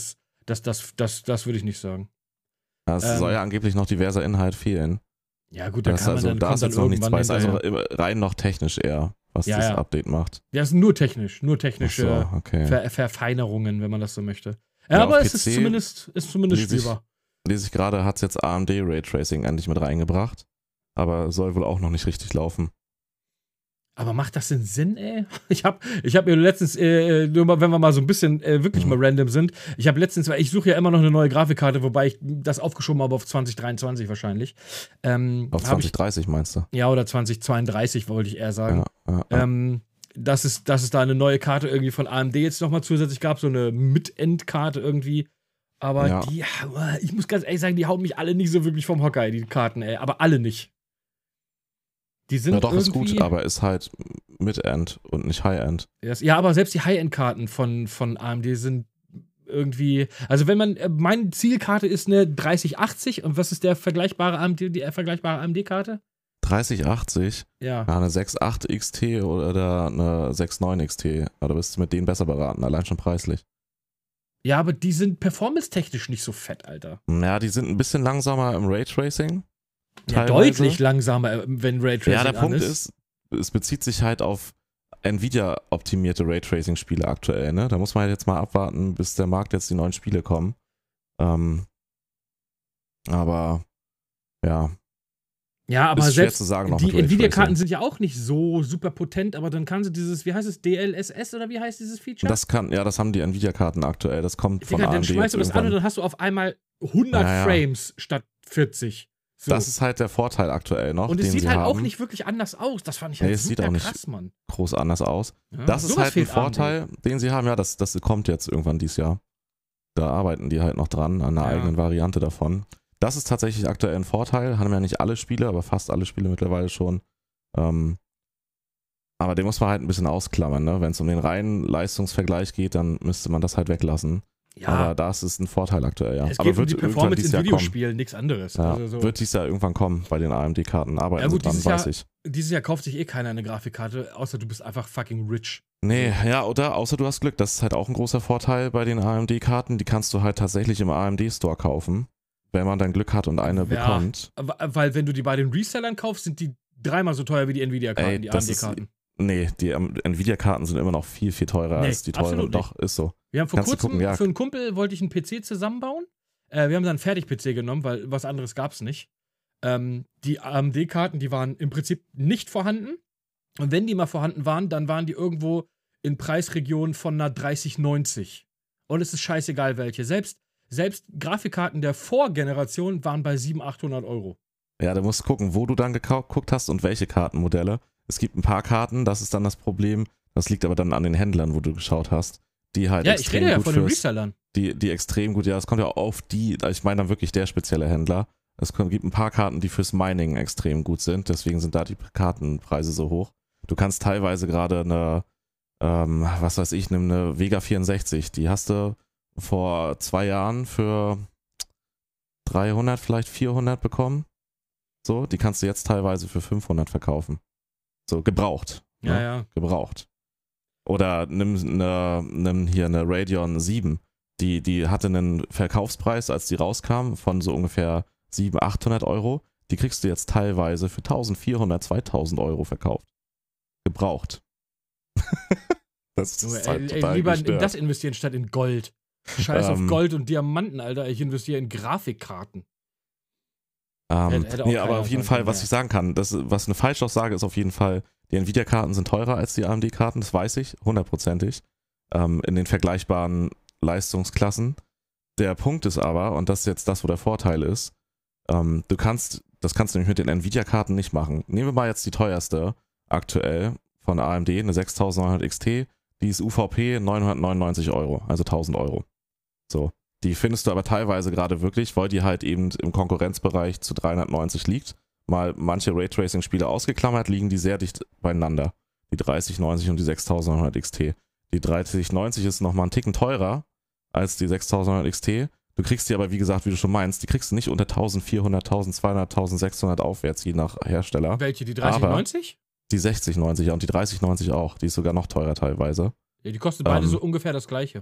Das würde ich nicht sagen. Es soll ja angeblich noch diverser Inhalt fehlen. Ja gut, da kann man dann, da ist jetzt noch nichts bei, also rein noch technisch eher, was das Update macht. Ja, es ist nur technische Verfeinerungen, wenn man das so möchte. Ja, aber es ist zumindest spielbar. Lese ich gerade, hat es jetzt AMD Raytracing endlich mit reingebracht, aber soll wohl auch noch nicht richtig laufen. Aber macht das denn Sinn, ey? Ich hab mir letztens, nur mal, wenn wir mal so ein bisschen wirklich mal random sind, ich suche ja immer noch eine neue Grafikkarte, wobei ich das aufgeschoben habe auf 2023 wahrscheinlich. Auf 2030 meinst du? Ja, oder 2032 wollte ich eher sagen. Ja. Dass es da eine neue Karte irgendwie von AMD jetzt nochmal zusätzlich gab, so eine Mid-End-Karte irgendwie. Aber ich muss ganz ehrlich sagen, die hauen mich alle nicht so wirklich vom Hocker, die Karten, ey. Aber alle nicht. Die sind doch, ist gut, aber ist halt Mid-End und nicht High-End. Ja, aber selbst die High-End-Karten von AMD sind irgendwie, also wenn man, meine Zielkarte ist eine 3080 und was ist die vergleichbare AMD-Karte? 3080? Ja. Eine 6.8 XT oder eine 6.9 XT. Da bist du mit denen besser beraten, allein schon preislich. Ja, aber die sind performance-technisch nicht so fett, Alter. Ja, die sind ein bisschen langsamer im Raytracing. Ja, deutlich langsamer, wenn Raytracing Ja, der Punkt ist, es bezieht sich halt auf Nvidia-optimierte Raytracing-Spiele aktuell, ne? Da muss man halt jetzt mal abwarten, bis der Markt jetzt die neuen Spiele kommen. Aber, ja. Ja, aber ist selbst schwer zu sagen noch die Nvidia-Karten sind ja auch nicht so super potent, aber dann kann sie dieses, wie heißt es, DLSS oder wie heißt dieses Feature? Das haben die Nvidia-Karten aktuell, das kommt von AMD. Dann schmeißt du das an und dann hast du auf einmal 100 Frames statt 40. So. Das ist halt der Vorteil aktuell noch. Und es den sieht sie halt haben. auch nicht wirklich anders aus. Das fand ich halt super sieht auch nicht krass, Mann. Groß anders aus. Ja, das ist halt ein Vorteil, den sie haben. Ja, das kommt jetzt irgendwann dieses Jahr. Da arbeiten die halt noch dran, an einer eigenen Variante davon. Das ist tatsächlich aktuell ein Vorteil. Haben ja nicht alle Spiele, aber fast alle Spiele mittlerweile schon. Aber den muss man halt ein bisschen ausklammern. Ne? Wenn es um den reinen Leistungsvergleich geht, dann müsste man das halt weglassen. Ja. Aber das ist ein Vorteil aktuell, ja. Es aber geht um die Performance in Videospielen, nichts anderes. Ja, also wird dieses Jahr irgendwann kommen bei den AMD-Karten, arbeiten sie dran, weiß ich. Dieses Jahr kauft sich keiner eine Grafikkarte, außer du bist einfach fucking rich. Nee, ja, oder außer du hast Glück. Das ist halt auch ein großer Vorteil bei den AMD-Karten. Die kannst du halt tatsächlich im AMD-Store kaufen, wenn man dann Glück hat und eine bekommt. Weil wenn du die bei den Resellern kaufst, sind die dreimal so teuer wie die Nvidia-Karten, die AMD-Karten. Nee, die Nvidia-Karten sind immer noch viel, viel teurer als die teuren. Doch, ist so. Wir haben vor kurzem, für einen Kumpel wollte ich einen PC zusammenbauen. Wir haben dann einen Fertig-PC genommen, weil was anderes gab es nicht. Die AMD-Karten, die waren im Prinzip nicht vorhanden. Und wenn die mal vorhanden waren, dann waren die irgendwo in Preisregionen von einer 3090. Und es ist scheißegal welche. Selbst Grafikkarten der Vorgeneration waren bei 700-800 Euro. Ja, du musst gucken, wo du dann geguckt hast und welche Kartenmodelle. Es gibt ein paar Karten, das ist dann das Problem. Das liegt aber dann an den Händlern, wo du geschaut hast. Die halt ja, ich rede ja von den Resellern. Die extrem gut, ja, das kommt ja auf die, ich meine dann wirklich der spezielle Händler. Es gibt ein paar Karten, die fürs Mining extrem gut sind, deswegen sind da die Kartenpreise so hoch. Du kannst teilweise gerade eine, was weiß ich, eine Vega 64, die hast du vor 2 Jahren für 300, vielleicht 400 bekommen. So, die kannst du jetzt teilweise für 500 verkaufen. So, gebraucht. Ja, ja. Gebraucht. Oder nimm hier eine Radeon 7. Die hatte einen Verkaufspreis, als die rauskam, von so ungefähr 700-800 Euro. Die kriegst du jetzt teilweise für 1.400-2.000 Euro verkauft. Gebraucht. Das ist halt total lieber in das investieren statt in Gold. Scheiß auf Gold und Diamanten, Alter. Ich investiere in Grafikkarten. Nee, aber auf jeden Fall, was ich sagen kann, was eine Falschaussage ist, auf jeden Fall, die Nvidia-Karten sind teurer als die AMD-Karten, das weiß ich, 100%ig, in den vergleichbaren Leistungsklassen. Der Punkt ist aber, und das ist jetzt das, wo der Vorteil ist, das kannst du nämlich mit den Nvidia-Karten nicht machen. Nehmen wir mal jetzt die teuerste aktuell von AMD, eine 6900 XT, die ist UVP 999 Euro, also 1000 Euro. So. Die findest du aber teilweise gerade wirklich, weil die halt eben im Konkurrenzbereich zu 390 liegt. Mal manche Raytracing-Spiele ausgeklammert, liegen die sehr dicht beieinander. Die 3090 und die 6900 XT. Die 3090 ist nochmal einen Ticken teurer als die 6900 XT. Du kriegst die aber, wie gesagt, wie du schon meinst, die kriegst du nicht unter 1400, 1200, 1600 aufwärts, je nach Hersteller. Welche, die 3090? Die 6090, ja, und die 3090 auch. Die ist sogar noch teurer teilweise. Ja, die kostet beide so ungefähr das gleiche.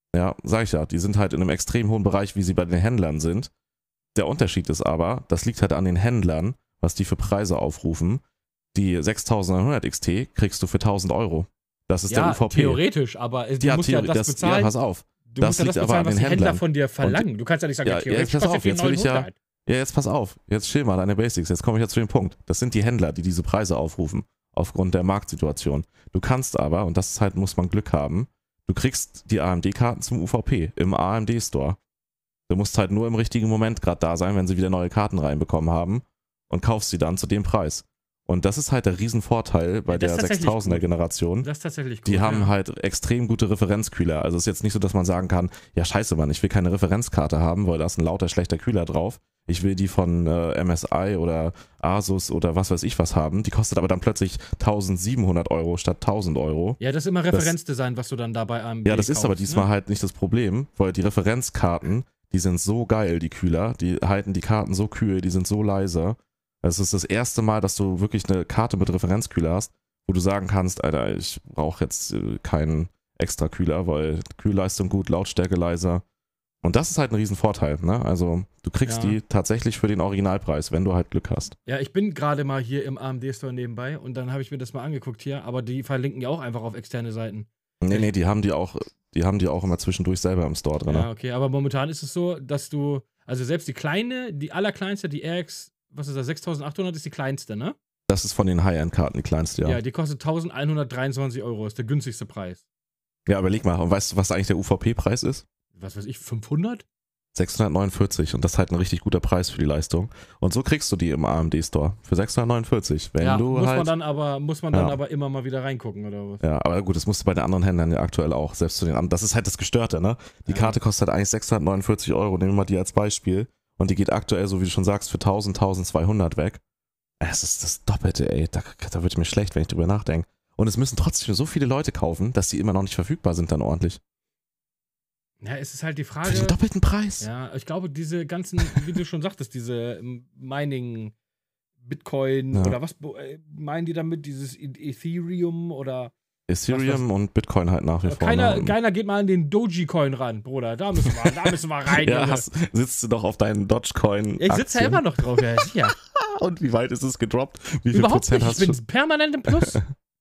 Ja, sag ich ja, die sind halt in einem extrem hohen Bereich, wie sie bei den Händlern sind. Der Unterschied ist aber, das liegt halt an den Händlern, was die für Preise aufrufen. Die 6900 XT kriegst du für 1000 Euro. Das ist der UVP. Theoretisch, aber du musst ja das bezahlen. Ja, pass auf. Du musst ja das bezahlen, was die Händler von dir verlangen. Du kannst ja nicht sagen, theoretisch kostet ja 900. Ja, jetzt pass auf. Jetzt chill mal deine Basics. Jetzt komme ich ja zu dem Punkt. Das sind die Händler, die diese Preise aufrufen. Aufgrund der Marktsituation. Du kannst aber, und das ist halt, muss man Glück haben, du kriegst die AMD-Karten zum UVP im AMD-Store. Du musst halt nur im richtigen Moment gerade da sein, wenn sie wieder neue Karten reinbekommen haben und kaufst sie dann zu dem Preis. Und das ist halt der Riesenvorteil bei der 6000er Generation. Das ist tatsächlich gut. Die haben halt extrem gute Referenzkühler. Also es ist jetzt nicht so, dass man sagen kann, ja scheiße Mann, ich will keine Referenzkarte haben, weil da ist ein lauter, schlechter Kühler drauf. Ich will die von MSI oder Asus oder was weiß ich was haben. Die kostet aber dann plötzlich 1700 Euro statt 1000 Euro. Ja, das ist immer Referenzdesign, was du dann dabei am Ja, das ist aber diesmal halt nicht das Problem, weil die Referenzkarten, die sind so geil, die Kühler. Die halten die Karten so kühl, die sind so leise. Es ist das erste Mal, dass du wirklich eine Karte mit Referenzkühler hast, wo du sagen kannst, Alter, ich brauche jetzt keinen extra Kühler, weil Kühlleistung gut, Lautstärke leiser. Und das ist halt ein Riesenvorteil, ne? Also du kriegst die tatsächlich für den Originalpreis, wenn du halt Glück hast. Ja, ich bin gerade mal hier im AMD-Store nebenbei und dann habe ich mir das mal angeguckt hier, aber die verlinken ja auch einfach auf externe Seiten. Nee, die haben die auch immer zwischendurch selber im Store drin. Ja, okay, aber momentan ist es so, dass du, also selbst die allerkleinste, die RX, was ist das, 6800 ist die kleinste, ne? Das ist von den High-End-Karten die kleinste, ja. Ja, die kostet 1123 Euro, ist der günstigste Preis. Ja, überleg mal, und weißt du, was eigentlich der UVP-Preis ist? Was weiß ich, 500? 649 und das ist halt ein richtig guter Preis für die Leistung. Und so kriegst du die im AMD-Store für 649. Wenn du muss halt, man dann aber immer mal wieder reingucken, oder was? Ja, aber gut, das musst du bei den anderen Händlern ja aktuell auch, selbst zu den anderen. Das ist halt das Gestörte, ne? Die Karte kostet halt eigentlich 649 Euro, nehmen wir mal die als Beispiel. Und die geht aktuell, so wie du schon sagst, für 1200 weg. Es ist das Doppelte, ey. Da wird mir schlecht, wenn ich drüber nachdenke. Und es müssen trotzdem so viele Leute kaufen, dass die immer noch nicht verfügbar sind dann ordentlich. Ja, es ist halt die Frage. Für den doppelten Preis. Ja, ich glaube, diese ganzen, wie du schon sagtest, diese Mining, Bitcoin oder was meinen die damit? Dieses Ethereum oder. Ethereum und Bitcoin halt nach wie vor. Keiner geht mal an den Dogecoin ran, Bruder. Da müssen wir rein. Ja, sitzt du doch auf deinen Dogecoin. Ich sitze ja immer noch drauf, ja, sicher. Und wie weit ist es gedroppt? Wie viel Überhaupt Prozent nicht. hast du? Ich bin permanent im Plus.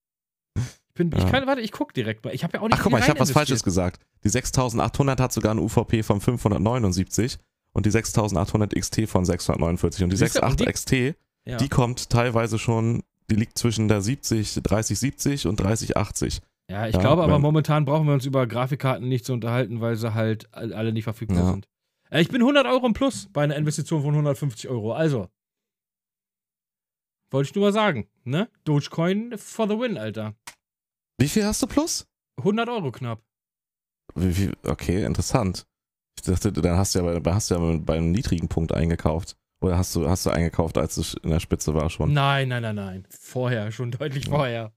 Ich guck direkt mal. Ich habe ja auch nicht. Ach, guck mal, ich habe was Falsches gesagt. Die 6800 hat sogar ein UVP von 579 und die 6800 XT von 649. Und die 68 XT, die kommt teilweise schon, die liegt zwischen der 3070 und 3080. Ja, ich glaube aber momentan brauchen wir uns über Grafikkarten nicht zu unterhalten, weil sie halt alle nicht verfügbar sind. Ich bin 100 Euro im Plus bei einer Investition von 150 Euro. Also, wollte ich nur mal sagen, ne? Dogecoin for the win, Alter. Wie viel hast du plus? 100 Euro knapp. Okay, interessant. Ich dachte, dann hast du ja beim niedrigen Punkt eingekauft. Oder hast du eingekauft, als es in der Spitze war schon? Nein. Vorher, schon deutlich vorher.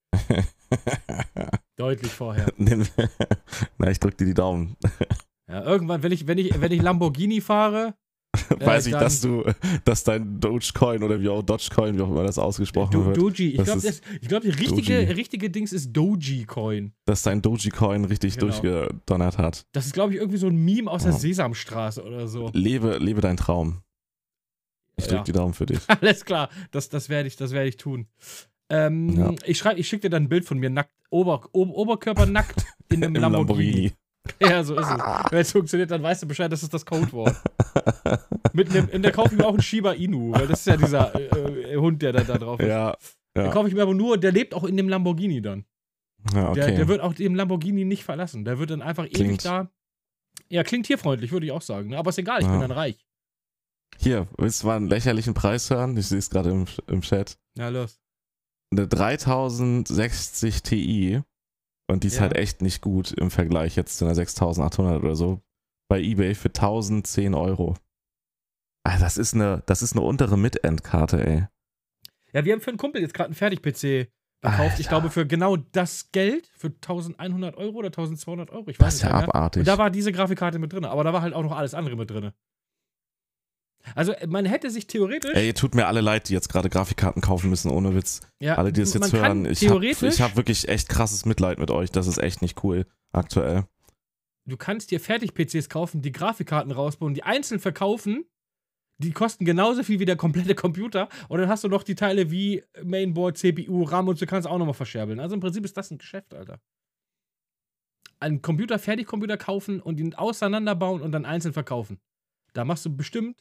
Deutlich vorher. Na, ich drück dir die Daumen. Ja, irgendwann, wenn ich Lamborghini fahre, weiß ich, dass dein Dogecoin oder Dogecoin, wie auch immer das ausgesprochen wird. Doji, ich glaube, die richtige Dings ist Dogecoin. Dass dein Dogecoin richtig durchgedonnert hat. Das ist, glaube ich, irgendwie so ein Meme aus der Sesamstraße oder so. Lebe deinen Traum. Ich drück die Daumen für dich. Alles klar, das werde ich tun. Ich schicke dir dann ein Bild von mir nackt, Oberkörper nackt in einem Lamborghini. Ja, so ist es. Wenn es funktioniert, dann weißt du Bescheid, das ist das Codewort. Da kaufe ich mir auch einen Shiba Inu, weil das ist ja dieser Hund, der da drauf ist. Ja. Den kaufe ich mir aber nur, der lebt auch in dem Lamborghini dann. Ja, okay. Der wird auch dem Lamborghini nicht verlassen. Der wird dann einfach ewig da. Ja, klingt tierfreundlich, würde ich auch sagen. Ne? Aber ist egal, ich bin dann reich. Hier, willst du mal einen lächerlichen Preis hören? Ich sehe es gerade im Chat. Ja, los. Eine 3060 Ti. Und die ist halt echt nicht gut im Vergleich jetzt zu einer 6800 oder so. Bei eBay für 1010 Euro. Ah, das ist eine untere Mid-End-Karte, ey. Ja, wir haben für einen Kumpel jetzt gerade einen Fertig-PC gekauft. Alter. Ich glaube, für genau das Geld, für 1100 Euro oder 1200 Euro. Ich weiß das ist ja abartig. Und da war diese Grafikkarte mit drin, aber da war halt auch noch alles andere mit drin. Also, man hätte sich theoretisch. Ey, tut mir alle leid, die jetzt gerade Grafikkarten kaufen müssen, ohne Witz. Ja, alle, die das jetzt hören. Ich hab wirklich echt krasses Mitleid mit euch. Das ist echt nicht cool aktuell. du kannst dir Fertig-PCs kaufen, die Grafikkarten rausbauen, die einzeln verkaufen. Die kosten genauso viel wie der komplette Computer. Und dann hast du noch die Teile wie Mainboard, CPU, RAM und du kannst auch nochmal verscherbeln. Also im Prinzip ist das ein Geschäft, Alter. Einen Fertigcomputer kaufen und ihn auseinanderbauen und dann einzeln verkaufen. Da machst du bestimmt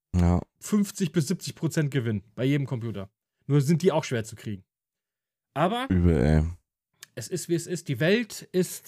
50-70% Gewinn bei jedem Computer. Nur sind die auch schwer zu kriegen. Aber übel, ey. Es ist, wie es ist. Die Welt ist,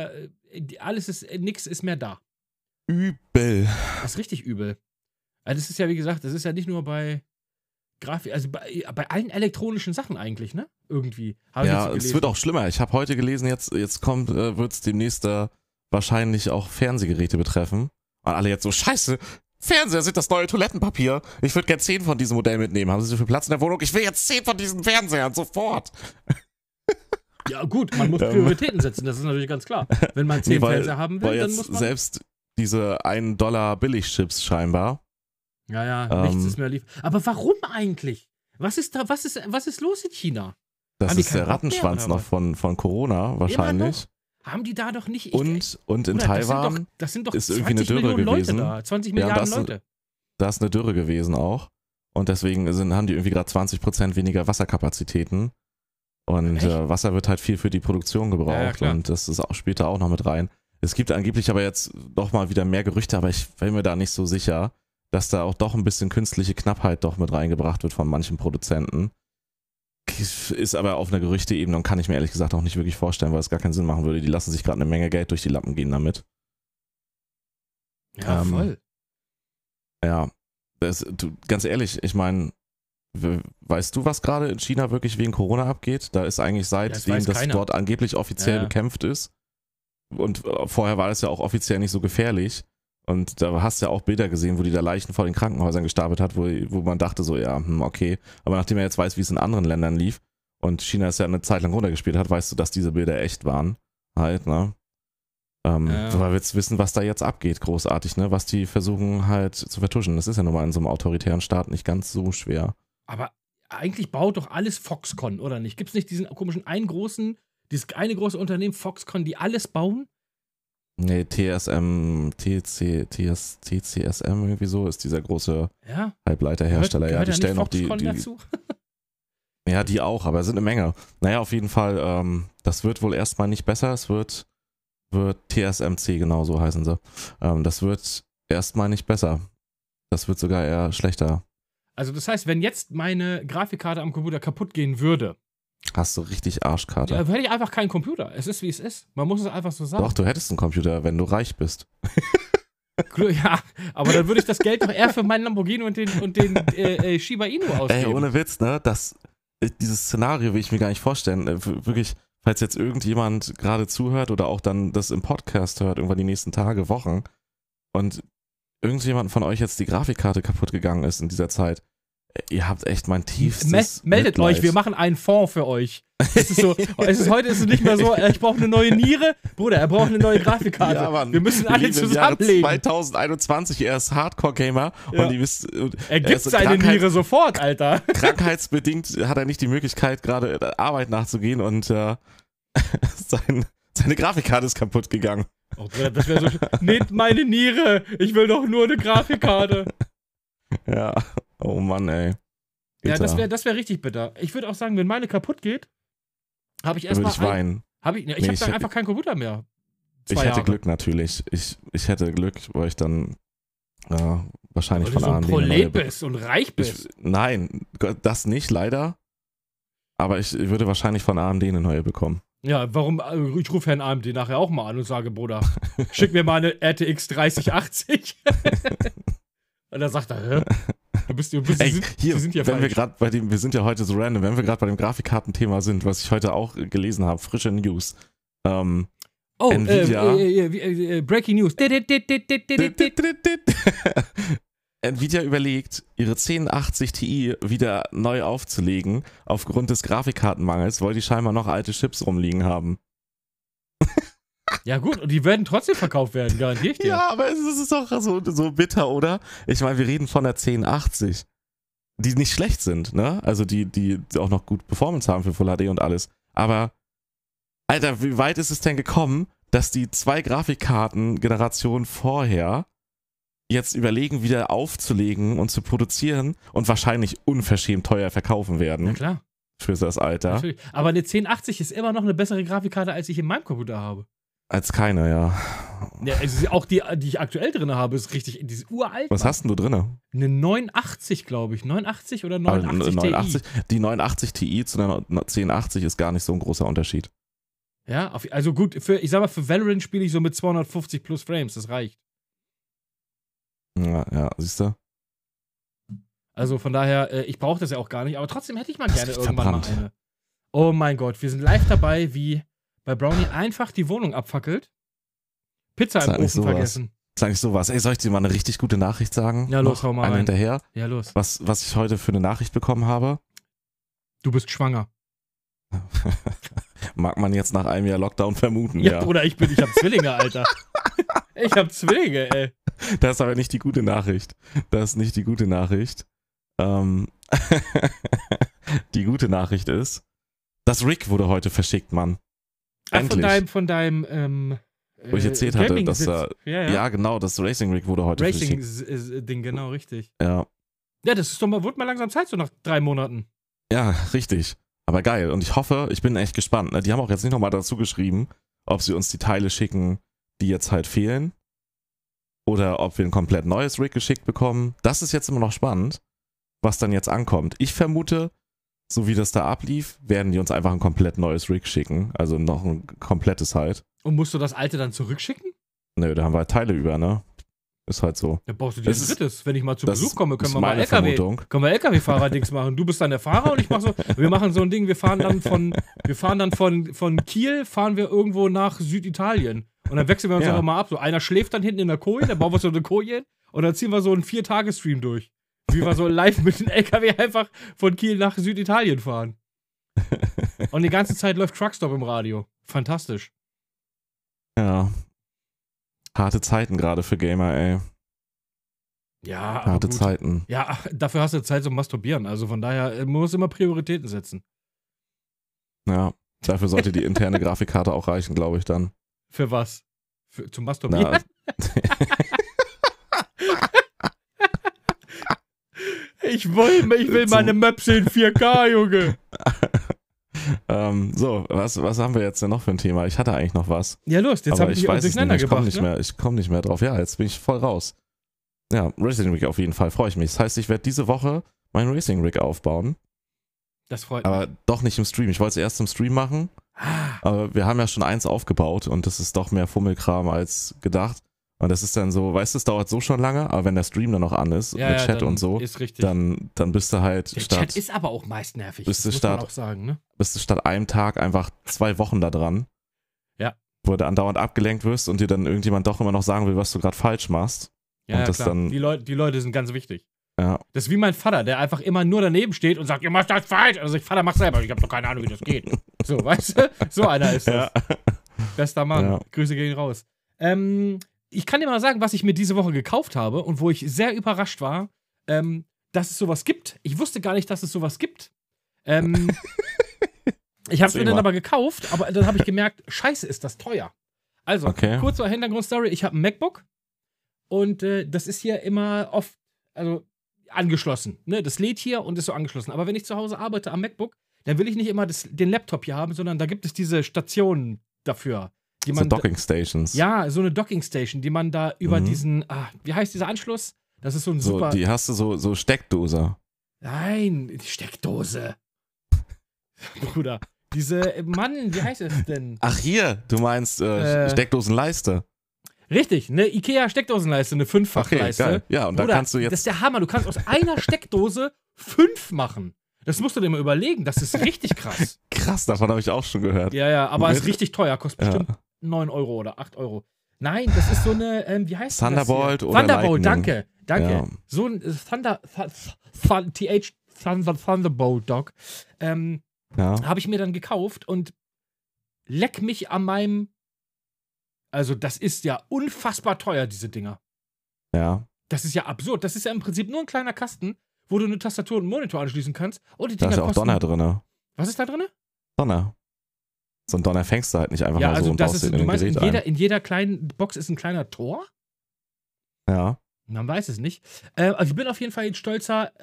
nix ist mehr da. Übel. Das ist richtig übel. Also das ist ja, wie gesagt, das ist ja nicht nur bei Grafik, also bei allen elektronischen Sachen eigentlich, ne? Irgendwie. Ja, es wird auch schlimmer. Ich habe heute gelesen, jetzt wird es demnächst wahrscheinlich auch Fernsehgeräte betreffen. Und alle jetzt so, scheiße, Fernseher sind das neue Toilettenpapier. Ich würde gerne 10 von diesem Modell mitnehmen. Haben Sie so viel Platz in der Wohnung? Ich will jetzt 10 von diesen Fernsehern, sofort. Ja gut, man muss Prioritäten setzen, das ist natürlich ganz klar. Wenn man 10 Fernseher haben will, dann muss man... Selbst diese $1 Billigchips scheinbar. Ja, nichts ist mehr lief. Aber warum eigentlich? Was ist los in China? Das ist der Rattenschwanz noch von Corona wahrscheinlich. Haben die da doch nicht... Und in Taiwan das sind doch ist irgendwie eine Dürre gewesen. Da, 20 Milliarden Leute. Da ist eine Dürre gewesen auch. Und deswegen haben die irgendwie gerade 20% weniger Wasserkapazitäten. Und Wasser wird halt viel für die Produktion gebraucht. Ja, und das ist auch später auch noch mit rein. Es gibt angeblich aber jetzt doch mal wieder mehr Gerüchte, aber ich bin mir da nicht so sicher, dass da auch doch ein bisschen künstliche Knappheit doch mit reingebracht wird von manchen Produzenten. Ist aber auf einer Gerüchteebene und kann ich mir ehrlich gesagt auch nicht wirklich vorstellen, weil es gar keinen Sinn machen würde. Die lassen sich gerade eine Menge Geld durch die Lappen gehen damit. Ja, voll. Ja, ganz ehrlich, ich meine, weißt du, was gerade in China wirklich wegen Corona abgeht? Da ist eigentlich seitdem das dort angeblich offiziell bekämpft ist. Und vorher war das ja auch offiziell nicht so gefährlich. Und da hast du ja auch Bilder gesehen, wo die da Leichen vor den Krankenhäusern gestapelt hat, wo man dachte so, ja, okay. Aber nachdem er jetzt weiß, wie es in anderen Ländern lief und China es ja eine Zeit lang runtergespielt hat, weißt du, dass diese Bilder echt waren. Halt, ne? Weil wir jetzt wissen, was da jetzt abgeht, großartig, ne? Was die versuchen halt zu vertuschen. Das ist ja nun mal in so einem autoritären Staat nicht ganz so schwer. Aber eigentlich baut doch alles Foxconn, oder nicht? Gibt es nicht diesen komischen dieses eine große Unternehmen, Foxconn, die alles bauen? Nee, TCSM irgendwie so ist dieser große Halbleiterhersteller. Gehört die stellen auch die dazu? Ja, die auch, aber es sind eine Menge. Naja, auf jeden Fall, das wird wohl erstmal nicht besser. Es wird TSMC, genau so heißen sie. Das wird erstmal nicht besser. Das wird sogar eher schlechter. Also das heißt, wenn jetzt meine Grafikkarte am Computer kaputt gehen würde, hast du richtig Arschkarte. Ja, hätte ich einfach keinen Computer. Es ist, wie es ist. Man muss es einfach so sagen. Doch, du hättest einen Computer, wenn du reich bist. Ja, aber dann würde ich das Geld doch eher für meinen Lamborghini und den Shiba Inu ausgeben. Ey, ohne Witz, ne? Dieses Szenario will ich mir gar nicht vorstellen. Wirklich, falls jetzt irgendjemand gerade zuhört oder auch dann das im Podcast hört, irgendwann die nächsten Tage, Wochen und irgendjemand von euch jetzt die Grafikkarte kaputt gegangen ist in dieser Zeit, ihr habt echt mein tiefstes Meldet Mitleid. euch, wir machen einen Fonds für euch. Heute ist es nicht mehr so, ich brauche eine neue Niere. Bruder, er braucht eine neue Grafikkarte. Ja, Mann, wir müssen alle zusammenlegen. 2021, er ist Hardcore-Gamer und er gibt seine Niere sofort, Alter. Krankheitsbedingt hat er nicht die Möglichkeit, gerade der Arbeit nachzugehen und seine Grafikkarte ist kaputt gegangen. Oh, Bruder, das wäre so. Nehmt meine Niere, ich will doch nur eine Grafikkarte. Ja, oh Mann, ey. Bitter. Ja, das wär richtig bitter. Ich würde auch sagen, wenn meine kaputt geht, habe ich erstmal. Würde ich weinen. Ich habe dann einfach keinen Computer mehr. Ich hätte Glück natürlich. Ich hätte Glück, weil ich dann wahrscheinlich von AMD. Weil du so ein Prolet bist und reich bist. Nein, das nicht, leider. Aber ich würde wahrscheinlich von AMD eine neue bekommen. Ja, warum? Ich rufe Herrn AMD nachher auch mal an und sage, Bruder, schick mir mal eine RTX 3080. Und dann sagt er, hä? Wir sind ja heute so random, wenn wir gerade bei dem Grafikkartenthema sind, was ich heute auch gelesen habe, frische News. Nvidia, Breaking News. Nvidia überlegt, ihre 1080 Ti wieder neu aufzulegen, aufgrund des Grafikkartenmangels, weil die scheinbar noch alte Chips rumliegen haben. Ja gut, und die werden trotzdem verkauft werden, garantiere ich dir. Ja, aber es ist doch so bitter, oder? Ich meine, wir reden von der 1080, die nicht schlecht sind, ne? Also die auch noch gut Performance haben für Full HD und alles. Aber, Alter, wie weit ist es denn gekommen, dass die 2 Grafikkarten-Generationen vorher jetzt überlegen, wieder aufzulegen und zu produzieren und wahrscheinlich unverschämt teuer verkaufen werden. Na klar. Für das Alter. Natürlich. Aber eine 1080 ist immer noch eine bessere Grafikkarte, als ich in meinem Computer habe. Als keine, ja. Ja, also auch die ich aktuell drin habe, ist richtig, die ist uralt. Was hast denn du drin? Eine 89, glaube ich. 89 oder 89 Ti. Die 89 Ti zu einer 1080 ist gar nicht so ein großer Unterschied. Ja, also gut, ich sag mal, für Valorant spiele ich so mit 250 plus Frames, das reicht. Ja, siehst du? Also von daher, ich brauche das ja auch gar nicht, aber trotzdem hätte ich mal gerne irgendwann verbrannt. mal eine. Oh mein Gott, wir sind live dabei, wie bei Brownie einfach die Wohnung abfackelt. Pizza im Ofen vergessen. Sag nicht sowas. Ey, soll ich dir mal eine richtig gute Nachricht sagen? Ja, los, hau mal rein. Hinterher. Ja, los. Was ich heute für eine Nachricht bekommen habe? Du bist schwanger. Mag man jetzt nach einem Jahr Lockdown vermuten, ja. Bruder, ich hab Zwillinge, Alter. Ich hab Zwillinge, ey. Das ist aber nicht die gute Nachricht. Das ist nicht die gute Nachricht. Die gute Nachricht ist, das Rig wurde heute verschickt, Mann. Endlich. Von deinem wo ich erzählt hatte, dass ja, genau, das Racing Rig wurde heute verschickt. Racing-Ding, genau, richtig. Ja. Ja, das ist doch mal, wird mal langsam Zeit, so nach 3 Monaten. Ja, richtig. Aber geil. Und ich bin echt gespannt. Ne? Die haben auch jetzt nicht nochmal dazu geschrieben, ob sie uns die Teile schicken, die jetzt halt fehlen. Oder ob wir ein komplett neues Rig geschickt bekommen. Das ist jetzt immer noch spannend, was dann jetzt ankommt. Ich vermute, so wie das da ablief, werden die uns einfach ein komplett neues Rig schicken. Also noch ein komplettes halt. Und musst du das alte dann zurückschicken? Nö, da haben wir halt Teile über, ne? Ist halt so. Dann brauchst du dir ein drittes. Wenn ich mal zu Besuch komme, können wir mal Vermutung. LKW-Fahrer-Dings machen. Du bist dann der Fahrer und ich mach so, wir machen so ein Ding, wir fahren dann von Kiel, fahren wir irgendwo nach Süditalien. Und dann wechseln wir uns einfach mal ab. So, einer schläft dann hinten in der Koje, dann bauen wir so eine Koje hin und dann ziehen wir so einen 4-Tage-Stream durch. Wie wir so live mit dem LKW einfach von Kiel nach Süditalien fahren. Und die ganze Zeit läuft Truckstop im Radio. Fantastisch. Ja. Harte Zeiten gerade für Gamer, ey. Ja, harte Zeiten. Ja, dafür hast du Zeit zum Masturbieren. Also von daher, man muss immer Prioritäten setzen. Ja, dafür sollte die interne Grafikkarte auch reichen, glaube ich dann. Für was? Zum Masturbieren? Ich will meine Möpse in 4K, Junge. So, was haben wir jetzt denn noch für ein Thema? Ich hatte eigentlich noch was. Ja, los, jetzt habe ich weiß durcheinander gebracht. Ich komme nicht mehr drauf. Ja, jetzt bin ich voll raus. Ja, Racing Rig auf jeden Fall, freue ich mich. Das heißt, ich werde diese Woche mein Racing Rig aufbauen. Das freut mich. Aber doch nicht im Stream. Ich wollte es erst im Stream machen, aber wir haben ja schon eins aufgebaut und das ist doch mehr Fummelkram als gedacht. Und das ist dann so, weißt du, es dauert so schon lange, aber wenn der Stream dann noch an ist, mit Chat und so, dann bist du halt der Chat ist aber auch meist nervig, das muss man auch sagen, ne? Bist du statt einem Tag einfach 2 Wochen da dran. Ja. Wo du andauernd abgelenkt wirst und dir dann irgendjemand doch immer noch sagen will, was du gerade falsch machst. Ja, und das klar. Dann, die Leute sind ganz wichtig. Ja. Das ist wie mein Vater, der einfach immer nur daneben steht und sagt, ihr macht das falsch. Also ich, Vater, mach selber, ich habe doch keine Ahnung, wie das geht. So, weißt du? So einer ist das. Ja. Bester Mann. Ja. Grüße gehen raus. Ich kann dir mal sagen, was ich mir diese Woche gekauft habe und wo ich sehr überrascht war, dass es sowas gibt. Ich wusste gar nicht, dass es sowas gibt. Ich habe es mir dann aber gekauft, aber dann habe ich gemerkt, scheiße, ist das teuer. Also, kurze Hintergrundstory, ich habe ein MacBook und das ist hier immer oft, also angeschlossen. Ne? Das lädt hier und ist so angeschlossen. Aber wenn ich zu Hause arbeite am MacBook, dann will ich nicht immer den Laptop hier haben, sondern da gibt es diese Stationen dafür. So Docking Stations. Ja, so eine Docking Station, die man da über diesen, wie heißt dieser Anschluss? Das ist so ein super... Die hast du so Steckdose. Nein, die Steckdose. Bruder, wie heißt es denn? Ach hier, du meinst Steckdosenleiste. Richtig, eine Ikea-Steckdosenleiste, eine 5-fach-Leiste. Okay, geil. Ja, und Bruder, da kannst du jetzt... Das ist der Hammer, du kannst aus einer Steckdose 5 machen. Das musst du dir mal überlegen, das ist richtig krass. Krass, davon habe ich auch schon gehört. Ja, aber ist richtig teuer, kostet bestimmt 9 Euro oder 8 Euro. Nein, das ist so eine, wie heißt das? Thunderbolt oder Thunderbolt, Lightning. danke. Ja. So ein Thunderbolt Dog. Habe ich mir dann gekauft und leck mich an meinem. Also, das ist ja unfassbar teuer, diese Dinger. Ja. Das ist ja absurd. Das ist ja im Prinzip nur ein kleiner Kasten, wo du eine Tastatur und einen Monitor anschließen kannst. Und die Dinger da ist ja auch Donner drin. Was ist da drin? Donner. So ein Donner fängst du halt nicht einfach ja, mal also so und das baust ist, den du in ein meinst, Gerät ein. in jeder kleinen Box ist ein kleiner Tor? Ja. Man weiß es nicht. Also ich bin auf jeden Fall ein stolzer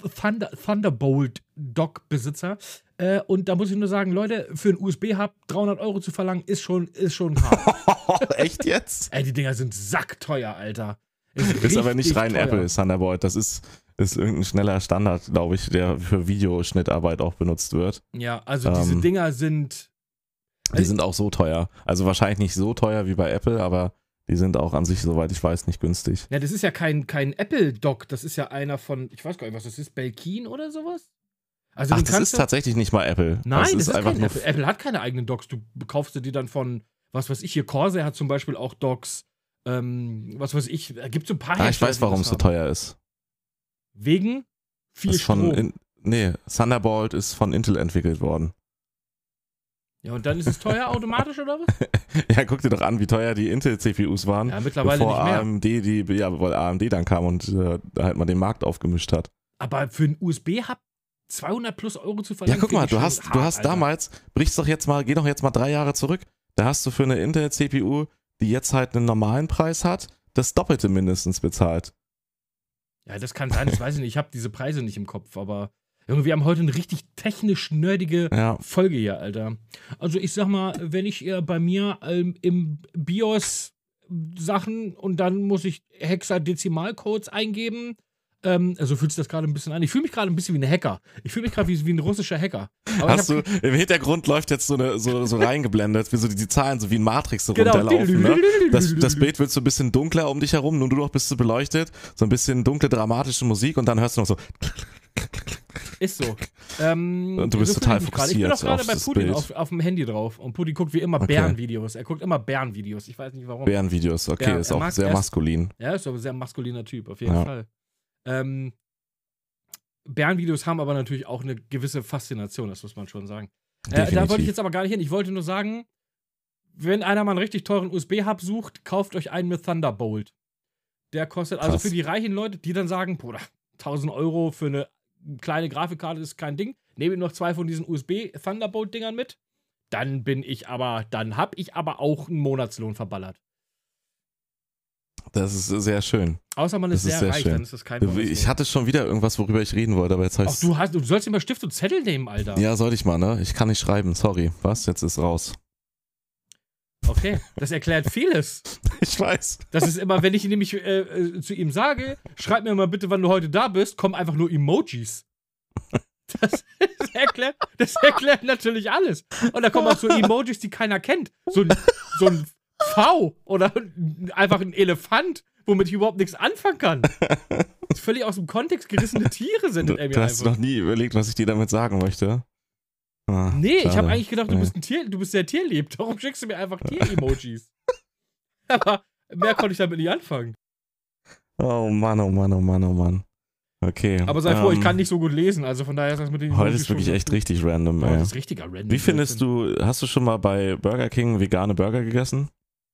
Thunderbolt-Dock-Besitzer. Und da muss ich nur sagen, Leute, für einen USB-Hub 300 € zu verlangen, ist schon hart. Echt jetzt? Ey, die Dinger sind sackteuer, Alter. Ist aber nicht rein teuer. Apple Thunderbolt. Das ist irgendein schneller Standard, glaube ich, der für Videoschnittarbeit auch benutzt wird. Ja, also diese Dinger sind... Die sind auch so teuer. Also wahrscheinlich nicht so teuer wie bei Apple, aber die sind auch an sich, soweit ich weiß, nicht günstig. Ja, das ist ja kein Apple-Dock, das ist ja einer von, ich weiß gar nicht, was das ist, Belkin oder sowas? Also ach, das ist tatsächlich nicht mal Apple. Nein, das ist einfach kein nur Apple. Apple hat keine eigenen Docks. Du kaufst dir die dann von, was weiß ich, hier Corsair hat zum Beispiel auch Docks. Was weiß ich, gibt so ein paar ich weiß, warum es so teuer ist. Wegen viel Strom. Thunderbolt ist von Intel entwickelt worden. Ja, und dann ist es teuer automatisch, oder was? Ja, guck dir doch an, wie teuer die Intel-CPUs waren. Ja, mittlerweile bevor nicht mehr. weil AMD dann kam und halt mal den Markt aufgemischt hat. Aber für einen USB-Hub 200 plus € zu verlangen. Ja, guck mal, du hast damals, geh doch jetzt mal 3 Jahre zurück, da hast du für eine Intel-CPU, die jetzt halt einen normalen Preis hat, das Doppelte mindestens bezahlt. Ja, das kann sein, das weiß ich nicht, ich habe diese Preise nicht im Kopf, aber wir haben heute eine richtig technisch nerdige Folge hier, Alter. Also ich sag mal, wenn ich bei mir im BIOS Sachen und dann muss ich Hexadezimalcodes eingeben, also fühlt sich das gerade ein bisschen an. Ich fühle mich gerade ein bisschen wie ein Hacker. Ich fühle mich gerade wie ein russischer Hacker. Aber hast du, im Hintergrund läuft jetzt so reingeblendet, wie so die Zahlen so wie in Matrix so runterlaufen. Ne? Das Bild wird so ein bisschen dunkler um dich herum, nur du noch bist du beleuchtet, so ein bisschen dunkle, dramatische Musik und dann hörst du noch so. Ist so. Und du bist total fokussiert. Ich bin doch gerade bei Putin auf dem Handy drauf und Putin guckt wie immer Bärenvideos. Er guckt immer Bärenvideos. Ich weiß nicht warum. Bärenvideos, okay, ja, ist auch sehr maskulin. Ja, ist auch ein sehr maskuliner Typ, auf jeden Fall. Bärenvideos haben aber natürlich auch eine gewisse Faszination, das muss man schon sagen. Da wollte ich jetzt aber gar nicht hin. Ich wollte nur sagen, wenn einer mal einen richtig teuren USB-Hub sucht, kauft euch einen mit Thunderbolt. Der kostet, also für die reichen Leute, die dann sagen, Bruder, 1000 € für eine kleine Grafikkarte ist kein Ding. Nehme ich noch 2 von diesen USB-Thunderbolt-Dingern mit. Dann hab ich aber auch einen Monatslohn verballert. Das ist sehr schön. Außer man ist sehr reich, schön. Dann ist das kein Monatslohn. Ich hatte schon wieder irgendwas, worüber ich reden wollte, aber jetzt heißt es. Du sollst immer Stift und Zettel nehmen, Alter. Ja, sollte ich mal, ne? Ich kann nicht schreiben, sorry. Was? Jetzt ist raus. Okay, das erklärt vieles. Ich weiß. Das ist immer, wenn ich nämlich zu ihm sage, schreib mir mal bitte, wann du heute da bist, kommen einfach nur Emojis. Das erklärt natürlich alles. Und da kommen auch so Emojis, die keiner kennt. So ein V oder einfach ein Elefant, womit ich überhaupt nichts anfangen kann. Das völlig aus dem Kontext gerissene Tiere sind. Du hast noch nie überlegt, was ich dir damit sagen möchte. Nee, schade. Ich habe eigentlich gedacht, du bist sehr tierlieb. Darum schickst du mir einfach Tier-Emojis. Aber mehr konnte ich damit nicht anfangen. Oh Mann, oh Mann, oh Mann, oh Mann. Okay. Aber sei froh, ich kann nicht so gut lesen, also von daher ist das mit den Emojis. Heute ist wirklich echt richtig random, ey. Das ist richtiger random. Wie findest du, hast du schon mal bei Burger King vegane Burger gegessen?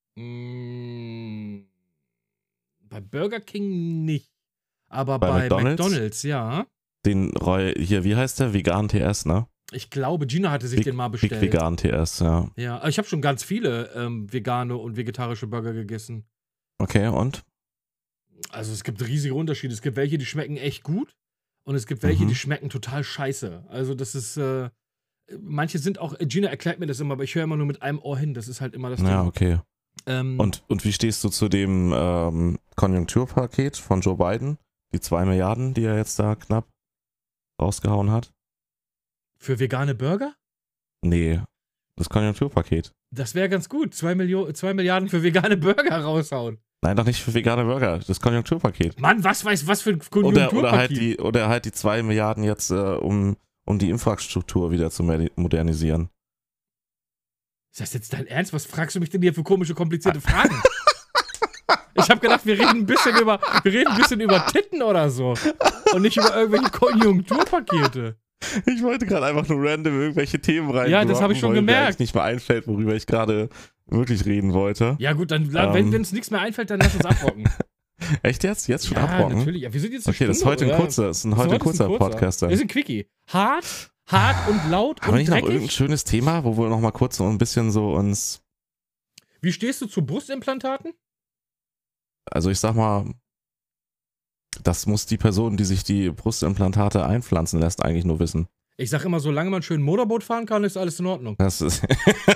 Bei Burger King nicht. Aber bei McDonald's, ja. Den hier, wie heißt der? Vegan TS, ne? Ich glaube, Gina hatte sich den mal bestellt. Big Vegan TS, ja. Ja, ich habe schon ganz viele vegane und vegetarische Burger gegessen. Okay, und? Also es gibt riesige Unterschiede. Es gibt welche, die schmecken echt gut und es gibt welche, die schmecken total scheiße. Also das ist, manche sind auch, Gina erklärt mir das immer, aber ich höre immer nur mit einem Ohr hin. Das ist halt immer das Ding. Ja, okay. Und wie stehst du zu dem Konjunkturpaket von Joe Biden? Die 2 Milliarden, die er jetzt da knapp rausgehauen hat? Für vegane Burger? Nee, das Konjunkturpaket. Das wäre ganz gut. 2 Milliarden für vegane Burger raushauen. Nein, doch nicht für vegane Burger. Das Konjunkturpaket. Mann, was für ein Konjunkturpaket? Oder halt die 2 Milliarden jetzt, um die Infrastruktur wieder zu modernisieren. Ist das jetzt dein Ernst? Was fragst du mich denn hier für komische, komplizierte Fragen? Ich habe gedacht, wir reden ein bisschen über Titten oder so. Und nicht über irgendwelche Konjunkturpakete. Ich wollte gerade einfach nur random irgendwelche Themen rein. Ja, das habe ich schon gemerkt. Mir nicht mehr einfällt, worüber ich gerade wirklich reden wollte. Ja gut, dann wenn uns nichts mehr einfällt, dann lass uns abrocken. Echt jetzt? Jetzt schon abrocken? Ja, natürlich. Ja, wir sind jetzt okay, das ist heute ein kurzer Podcast. Wir sind Quickie. Hart, hart und laut Haben wir nicht dreckig. noch irgendein schönes Thema, wo wir noch mal kurz so ein bisschen so uns... Wie stehst du zu Brustimplantaten? Also ich sag mal, das muss die Person, die sich die Brustimplantate einpflanzen lässt, eigentlich nur wissen. Ich sag immer, solange man schön Motorboot fahren kann, ist alles in Ordnung. Das ist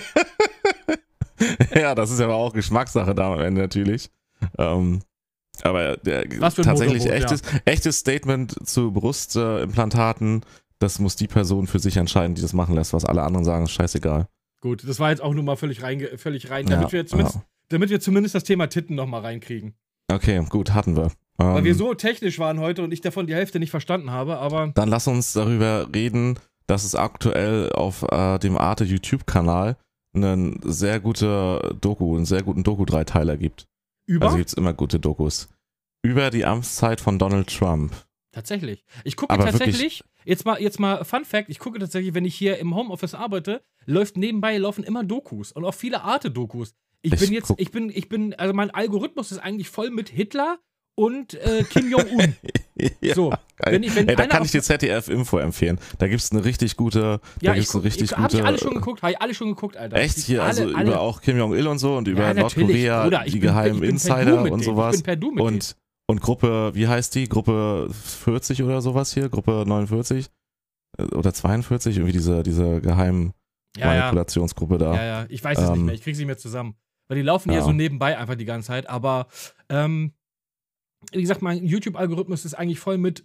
ja, das ist aber auch Geschmackssache da am Ende natürlich. Aber tatsächlich echtes Statement zu Brustimplantaten, das muss die Person für sich entscheiden, die das machen lässt. Was alle anderen sagen, ist scheißegal. Gut, das war jetzt auch nur mal völlig rein, damit wir zumindest das Thema Titten nochmal reinkriegen. Okay, gut, hatten wir. Weil wir so technisch waren heute und ich davon die Hälfte nicht verstanden habe, aber... Dann lass uns darüber reden, dass es aktuell auf dem Arte YouTube-Kanal einen sehr guten Doku-Dreiteiler gibt. Also gibt es immer gute Dokus. Über die Amtszeit von Donald Trump. Tatsächlich. Ich gucke tatsächlich, jetzt mal Fun Fact, ich gucke tatsächlich, wenn ich hier im Homeoffice arbeite, laufen immer Dokus und auch viele Arte-Dokus. Also mein Algorithmus ist eigentlich voll mit Hitler und Kim Jong-un. Ja, so, da kann ich dir ZDF-Info empfehlen. Da gibt es eine richtig gute. Hab ich alle schon geguckt, Alter. Echt? Hier, also über auch Kim Jong-il und so und über Nordkorea, Bruder, die geheimen Insider und sowas. Ich bin per Du mit denen. Und Gruppe, wie heißt die? Gruppe 40 oder sowas hier? Gruppe 49? Oder 42? Irgendwie diese geheimen Manipulationsgruppe da. Ja, ich weiß es nicht mehr. Ich krieg sie nicht mehr zusammen. Weil die laufen hier so nebenbei einfach die ganze Zeit. Aber, wie gesagt, mein YouTube-Algorithmus ist eigentlich voll mit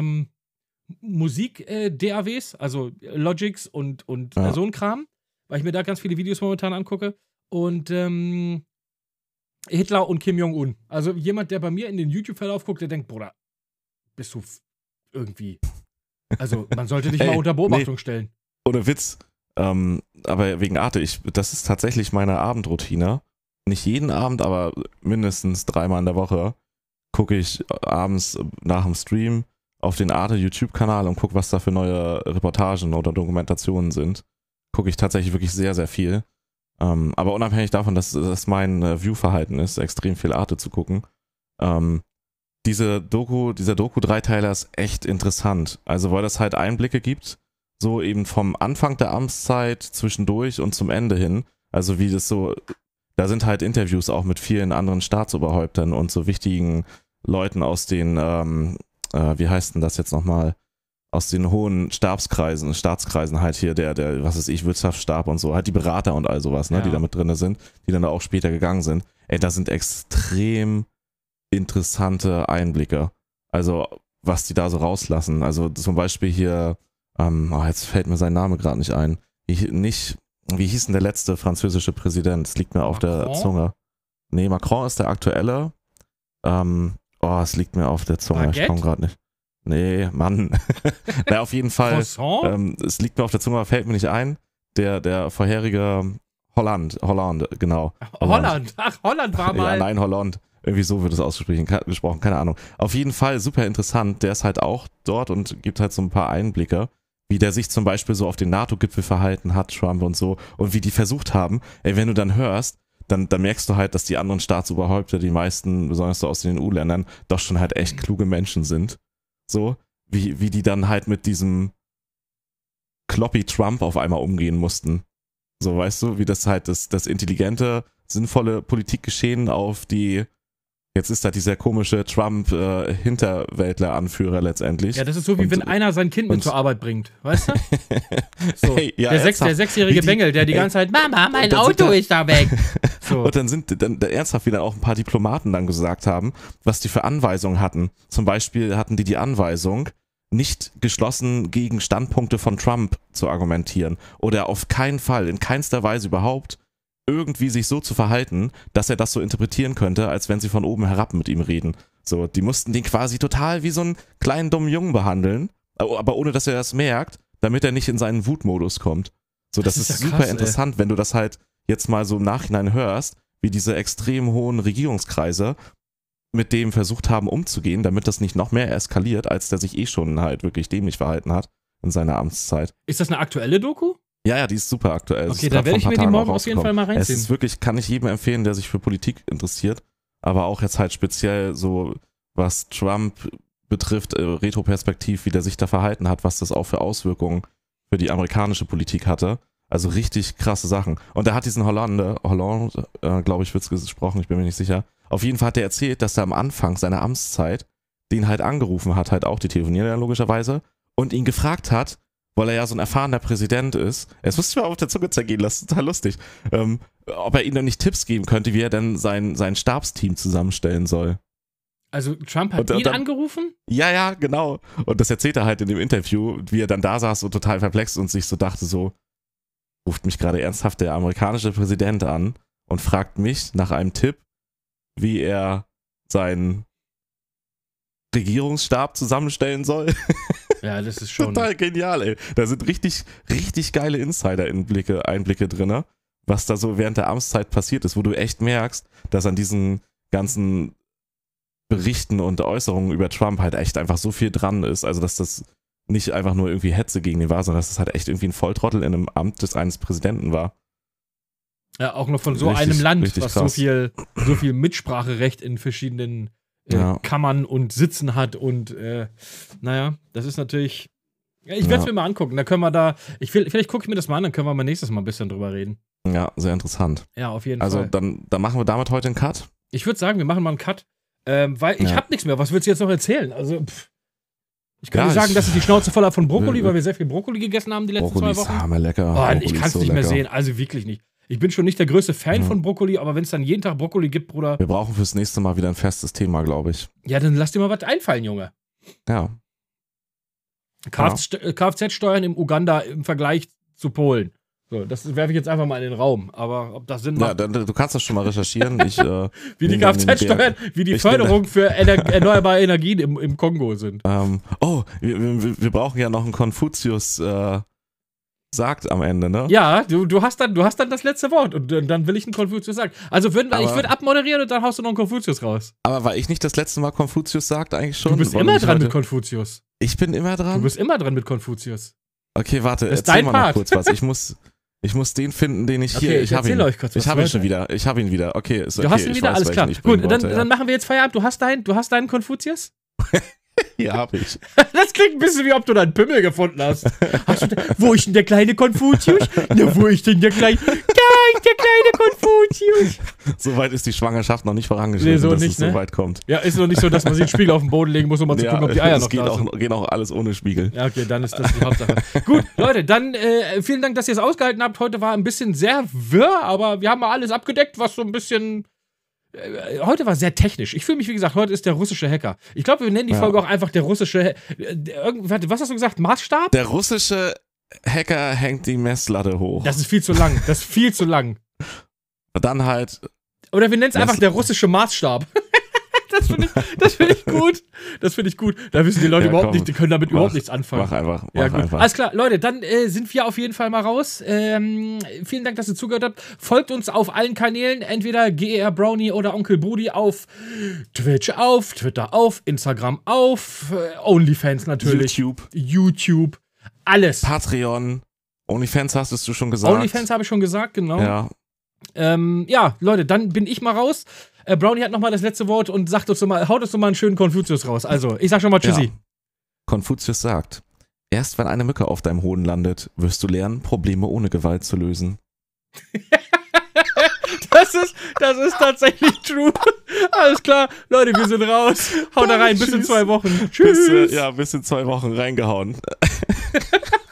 Musik-DAWs, also Logics und so ein Kram, weil ich mir da ganz viele Videos momentan angucke. Und Hitler und Kim Jong-un. Also jemand, der bei mir in den YouTube-Verlauf guckt, der denkt, Bruder, bist du irgendwie... Also man sollte dich mal unter Beobachtung stellen. Ohne Witz. Aber wegen Arte, das ist tatsächlich meine Abendroutine. Nicht jeden Abend, aber mindestens 3-mal in der Woche gucke ich abends nach dem Stream auf den Arte YouTube-Kanal und gucke, was da für neue Reportagen oder Dokumentationen sind. Gucke ich tatsächlich wirklich sehr, sehr viel. Aber unabhängig davon, dass das mein View-Verhalten ist, extrem viel Arte zu gucken, dieser Doku-Dreiteiler ist echt interessant. Also weil das halt Einblicke gibt, so eben vom Anfang der Amtszeit zwischendurch und zum Ende hin. Also wie das so, da sind halt Interviews auch mit vielen anderen Staatsoberhäuptern und so wichtigen Leuten aus den, wie heißt denn das jetzt nochmal, aus den hohen Staatskreisen halt hier, der, was weiß ich, Wirtschaftsstab und so, halt die Berater und all sowas, ne, die da mit drin sind, die dann da auch später gegangen sind. Ey, das sind extrem interessante Einblicke. Also, was die da so rauslassen. Also zum Beispiel hier, jetzt fällt mir sein Name gerade nicht ein. Wie hieß denn der letzte französische Präsident? Es liegt mir auf der Zunge. Nee, Macron ist der aktuelle. Es liegt mir auf der Zunge. Baguette? Ich komme gerade nicht. Nee, Mann. Na, auf jeden Fall. Es liegt mir auf der Zunge, aber fällt mir nicht ein. Der vorherige Hollande, genau. Holland? Ach, Holland war mal. Ja, nein, Hollande. Irgendwie so wird es gesprochen, keine Ahnung. Auf jeden Fall super interessant. Der ist halt auch dort und gibt halt so ein paar Einblicke, wie der sich zum Beispiel so auf den NATO-Gipfel verhalten hat, Trump und so, und wie die versucht haben. Ey, wenn du dann hörst, dann merkst du halt, dass die anderen Staatsoberhäupter, die meisten, besonders so aus den EU-Ländern, doch schon halt echt kluge Menschen sind. So, wie die dann halt mit diesem Kloppy Trump auf einmal umgehen mussten. So, weißt du, wie das halt das intelligente, sinnvolle Politikgeschehen auf die, jetzt ist da dieser komische Trump-Hinterwäldler-Anführer letztendlich. Ja, das ist so, wie wenn einer sein Kind mit zur Arbeit bringt, weißt du? So, hey, ja, der 6-jährige Bengel, der die ganze Zeit, Mama, mein Auto ist da weg. So. Und dann sind ernsthaft wieder auch ein paar Diplomaten dann gesagt haben, was die für Anweisungen hatten. Zum Beispiel hatten die Anweisung, nicht geschlossen gegen Standpunkte von Trump zu argumentieren oder auf keinen Fall, in keinster Weise überhaupt irgendwie sich so zu verhalten, dass er das so interpretieren könnte, als wenn sie von oben herab mit ihm reden. So, die mussten den quasi total wie so einen kleinen dummen Jungen behandeln, aber ohne dass er das merkt, damit er nicht in seinen Wutmodus kommt. So, das ist ja super krass, interessant, wenn du das halt jetzt mal so im Nachhinein hörst, wie diese extrem hohen Regierungskreise mit dem versucht haben umzugehen, damit das nicht noch mehr eskaliert, als der sich schon halt wirklich dämlich verhalten hat in seiner Amtszeit. Ist das eine aktuelle Doku? Ja, die ist super aktuell. Okay, da werde ich mir die morgen auf jeden Fall mal reinziehen. Es ist wirklich, kann ich jedem empfehlen, der sich für Politik interessiert, aber auch jetzt halt speziell so, was Trump betrifft, Retroperspektiv, wie der sich da verhalten hat, was das auch für Auswirkungen für die amerikanische Politik hatte. Also richtig krasse Sachen. Und er hat diesen Hollande, glaube ich, wird es gesprochen, ich bin mir nicht sicher. Auf jeden Fall hat er erzählt, dass er am Anfang seiner Amtszeit den halt angerufen hat, halt auch, die telefonieren ja logischerweise, und ihn gefragt hat, weil er ja so ein erfahrener Präsident ist, es musste mir auf der Zunge zergehen lassen, total lustig, ob er ihm dann nicht Tipps geben könnte, wie er denn sein Stabsteam zusammenstellen soll. Also Trump hat ihn angerufen? Ja, genau. Und das erzählt er halt in dem Interview, wie er dann da saß und total perplex und sich so dachte so, ruft mich gerade ernsthaft der amerikanische Präsident an und fragt mich nach einem Tipp, wie er seinen Regierungsstab zusammenstellen soll. Ja, das ist schon total genial, ey. Da sind richtig, richtig geile Insider-Einblicke drin, was da so während der Amtszeit passiert ist, wo du echt merkst, dass an diesen ganzen Berichten und Äußerungen über Trump halt echt einfach so viel dran ist. Also, dass das nicht einfach nur irgendwie Hetze gegen ihn war, sondern dass das halt echt irgendwie ein Volltrottel in einem Amt eines Präsidenten war. Ja, auch noch von so einem Land, was so viel Mitspracherecht in verschiedenen Kammern und Sitzen hat und naja, das ist natürlich. Ja, ich werde es mir mal angucken. Da können wir vielleicht gucke ich mir das mal an, dann können wir mal nächstes Mal ein bisschen drüber reden. Ja, sehr interessant. Ja, auf jeden Fall. Also dann machen wir damit heute einen Cut. Ich würde sagen, wir machen mal einen Cut, weil ich habe nichts mehr. Was willst du jetzt noch erzählen? Also, ich kann dir sagen, dass ich die Schnauze voll habe von Brokkoli, weil wir sehr viel Brokkoli gegessen haben die letzten 2 Wochen. Brokkoli ist lecker. Oh, ich kann es nicht mehr sehen, also wirklich nicht. Ich bin schon nicht der größte Fan von Brokkoli, aber wenn es dann jeden Tag Brokkoli gibt, Bruder. Wir brauchen fürs nächste Mal wieder ein festes Thema, glaube ich. Ja, dann lass dir mal was einfallen, Junge. Ja. Kfz-Steuern in Uganda im Vergleich zu Polen. So, das werfe ich jetzt einfach mal in den Raum. Aber ob das Sinn macht. Ja, du kannst das schon mal recherchieren. Wie die Kfz-Steuern, wie die Förderung für erneuerbare Energien im Kongo sind. Wir brauchen ja noch einen Konfuzius sagt am Ende, ne? Ja, du hast dann das letzte Wort und dann will ich einen Konfuzius sagen. Also ich würde abmoderieren und dann haust du noch einen Konfuzius raus. Aber war ich nicht das letzte Mal Konfuzius sagt eigentlich schon? Du bist immer dran mit Konfuzius. Ich bin immer dran? Du bist immer dran mit Konfuzius. Okay, warte, erzähl mal noch kurz was. Ich muss den finden, den ich hier. Ich habe ihn. Ich habe ihn schon wieder. Ich habe ihn wieder. Okay, ist okay. Du hast ihn wieder, alles klar. Gut, dann machen wir jetzt Feierabend. Du hast deinen Konfuzius? Ja, hab ich. Das klingt ein bisschen wie ob du deinen Pimmel gefunden hast. Wo ist denn der kleine Konfuzius? Na, wo ist denn der kleine Konfuzius? So weit ist die Schwangerschaft noch nicht vorangeschritten, dass es so weit kommt. Ja, ist noch nicht so, dass man sich den Spiegel auf den Boden legen muss, um mal zu gucken, ob die Eier noch da sind. Geht auch alles ohne Spiegel. Ja, okay, dann ist das die Hauptsache. Gut, Leute, dann vielen Dank, dass ihr es ausgehalten habt. Heute war ein bisschen sehr wirr, aber wir haben mal alles abgedeckt, was so ein bisschen... Heute war sehr technisch. Ich fühle mich, wie gesagt, heute ist der russische Hacker. Ich glaube, wir nennen die Folge auch einfach der russische... was hast du gesagt? Maßstab? Der russische Hacker hängt die Messlatte hoch. Das ist viel zu lang. Das ist viel zu lang. Dann halt... Oder wir nennen es einfach der russische Maßstab. Das finde ich gut. Das finde ich gut. Da wissen die Leute überhaupt nicht, die können damit überhaupt nichts anfangen. Mach einfach. Alles klar, Leute, dann sind wir auf jeden Fall mal raus. Vielen Dank, dass ihr zugehört habt. Folgt uns auf allen Kanälen, entweder GR Brownie oder Onkel Budi auf Twitch auf, Twitter auf, Instagram auf, OnlyFans natürlich. YouTube. Alles. Patreon. OnlyFans hast du schon gesagt. OnlyFans habe ich schon gesagt, genau. Ja. Ja, Leute, dann bin ich mal raus. Brownie hat nochmal das letzte Wort und haut uns doch mal einen schönen Konfuzius raus. Also, ich sag schon mal Tschüssi. Ja. Konfuzius sagt, erst wenn eine Mücke auf deinem Hoden landet, wirst du lernen, Probleme ohne Gewalt zu lösen. Das ist tatsächlich true. Alles klar, Leute, wir sind raus. Haut da rein, bis in 2 Wochen. Tschüss. Bis in 2 Wochen reingehauen.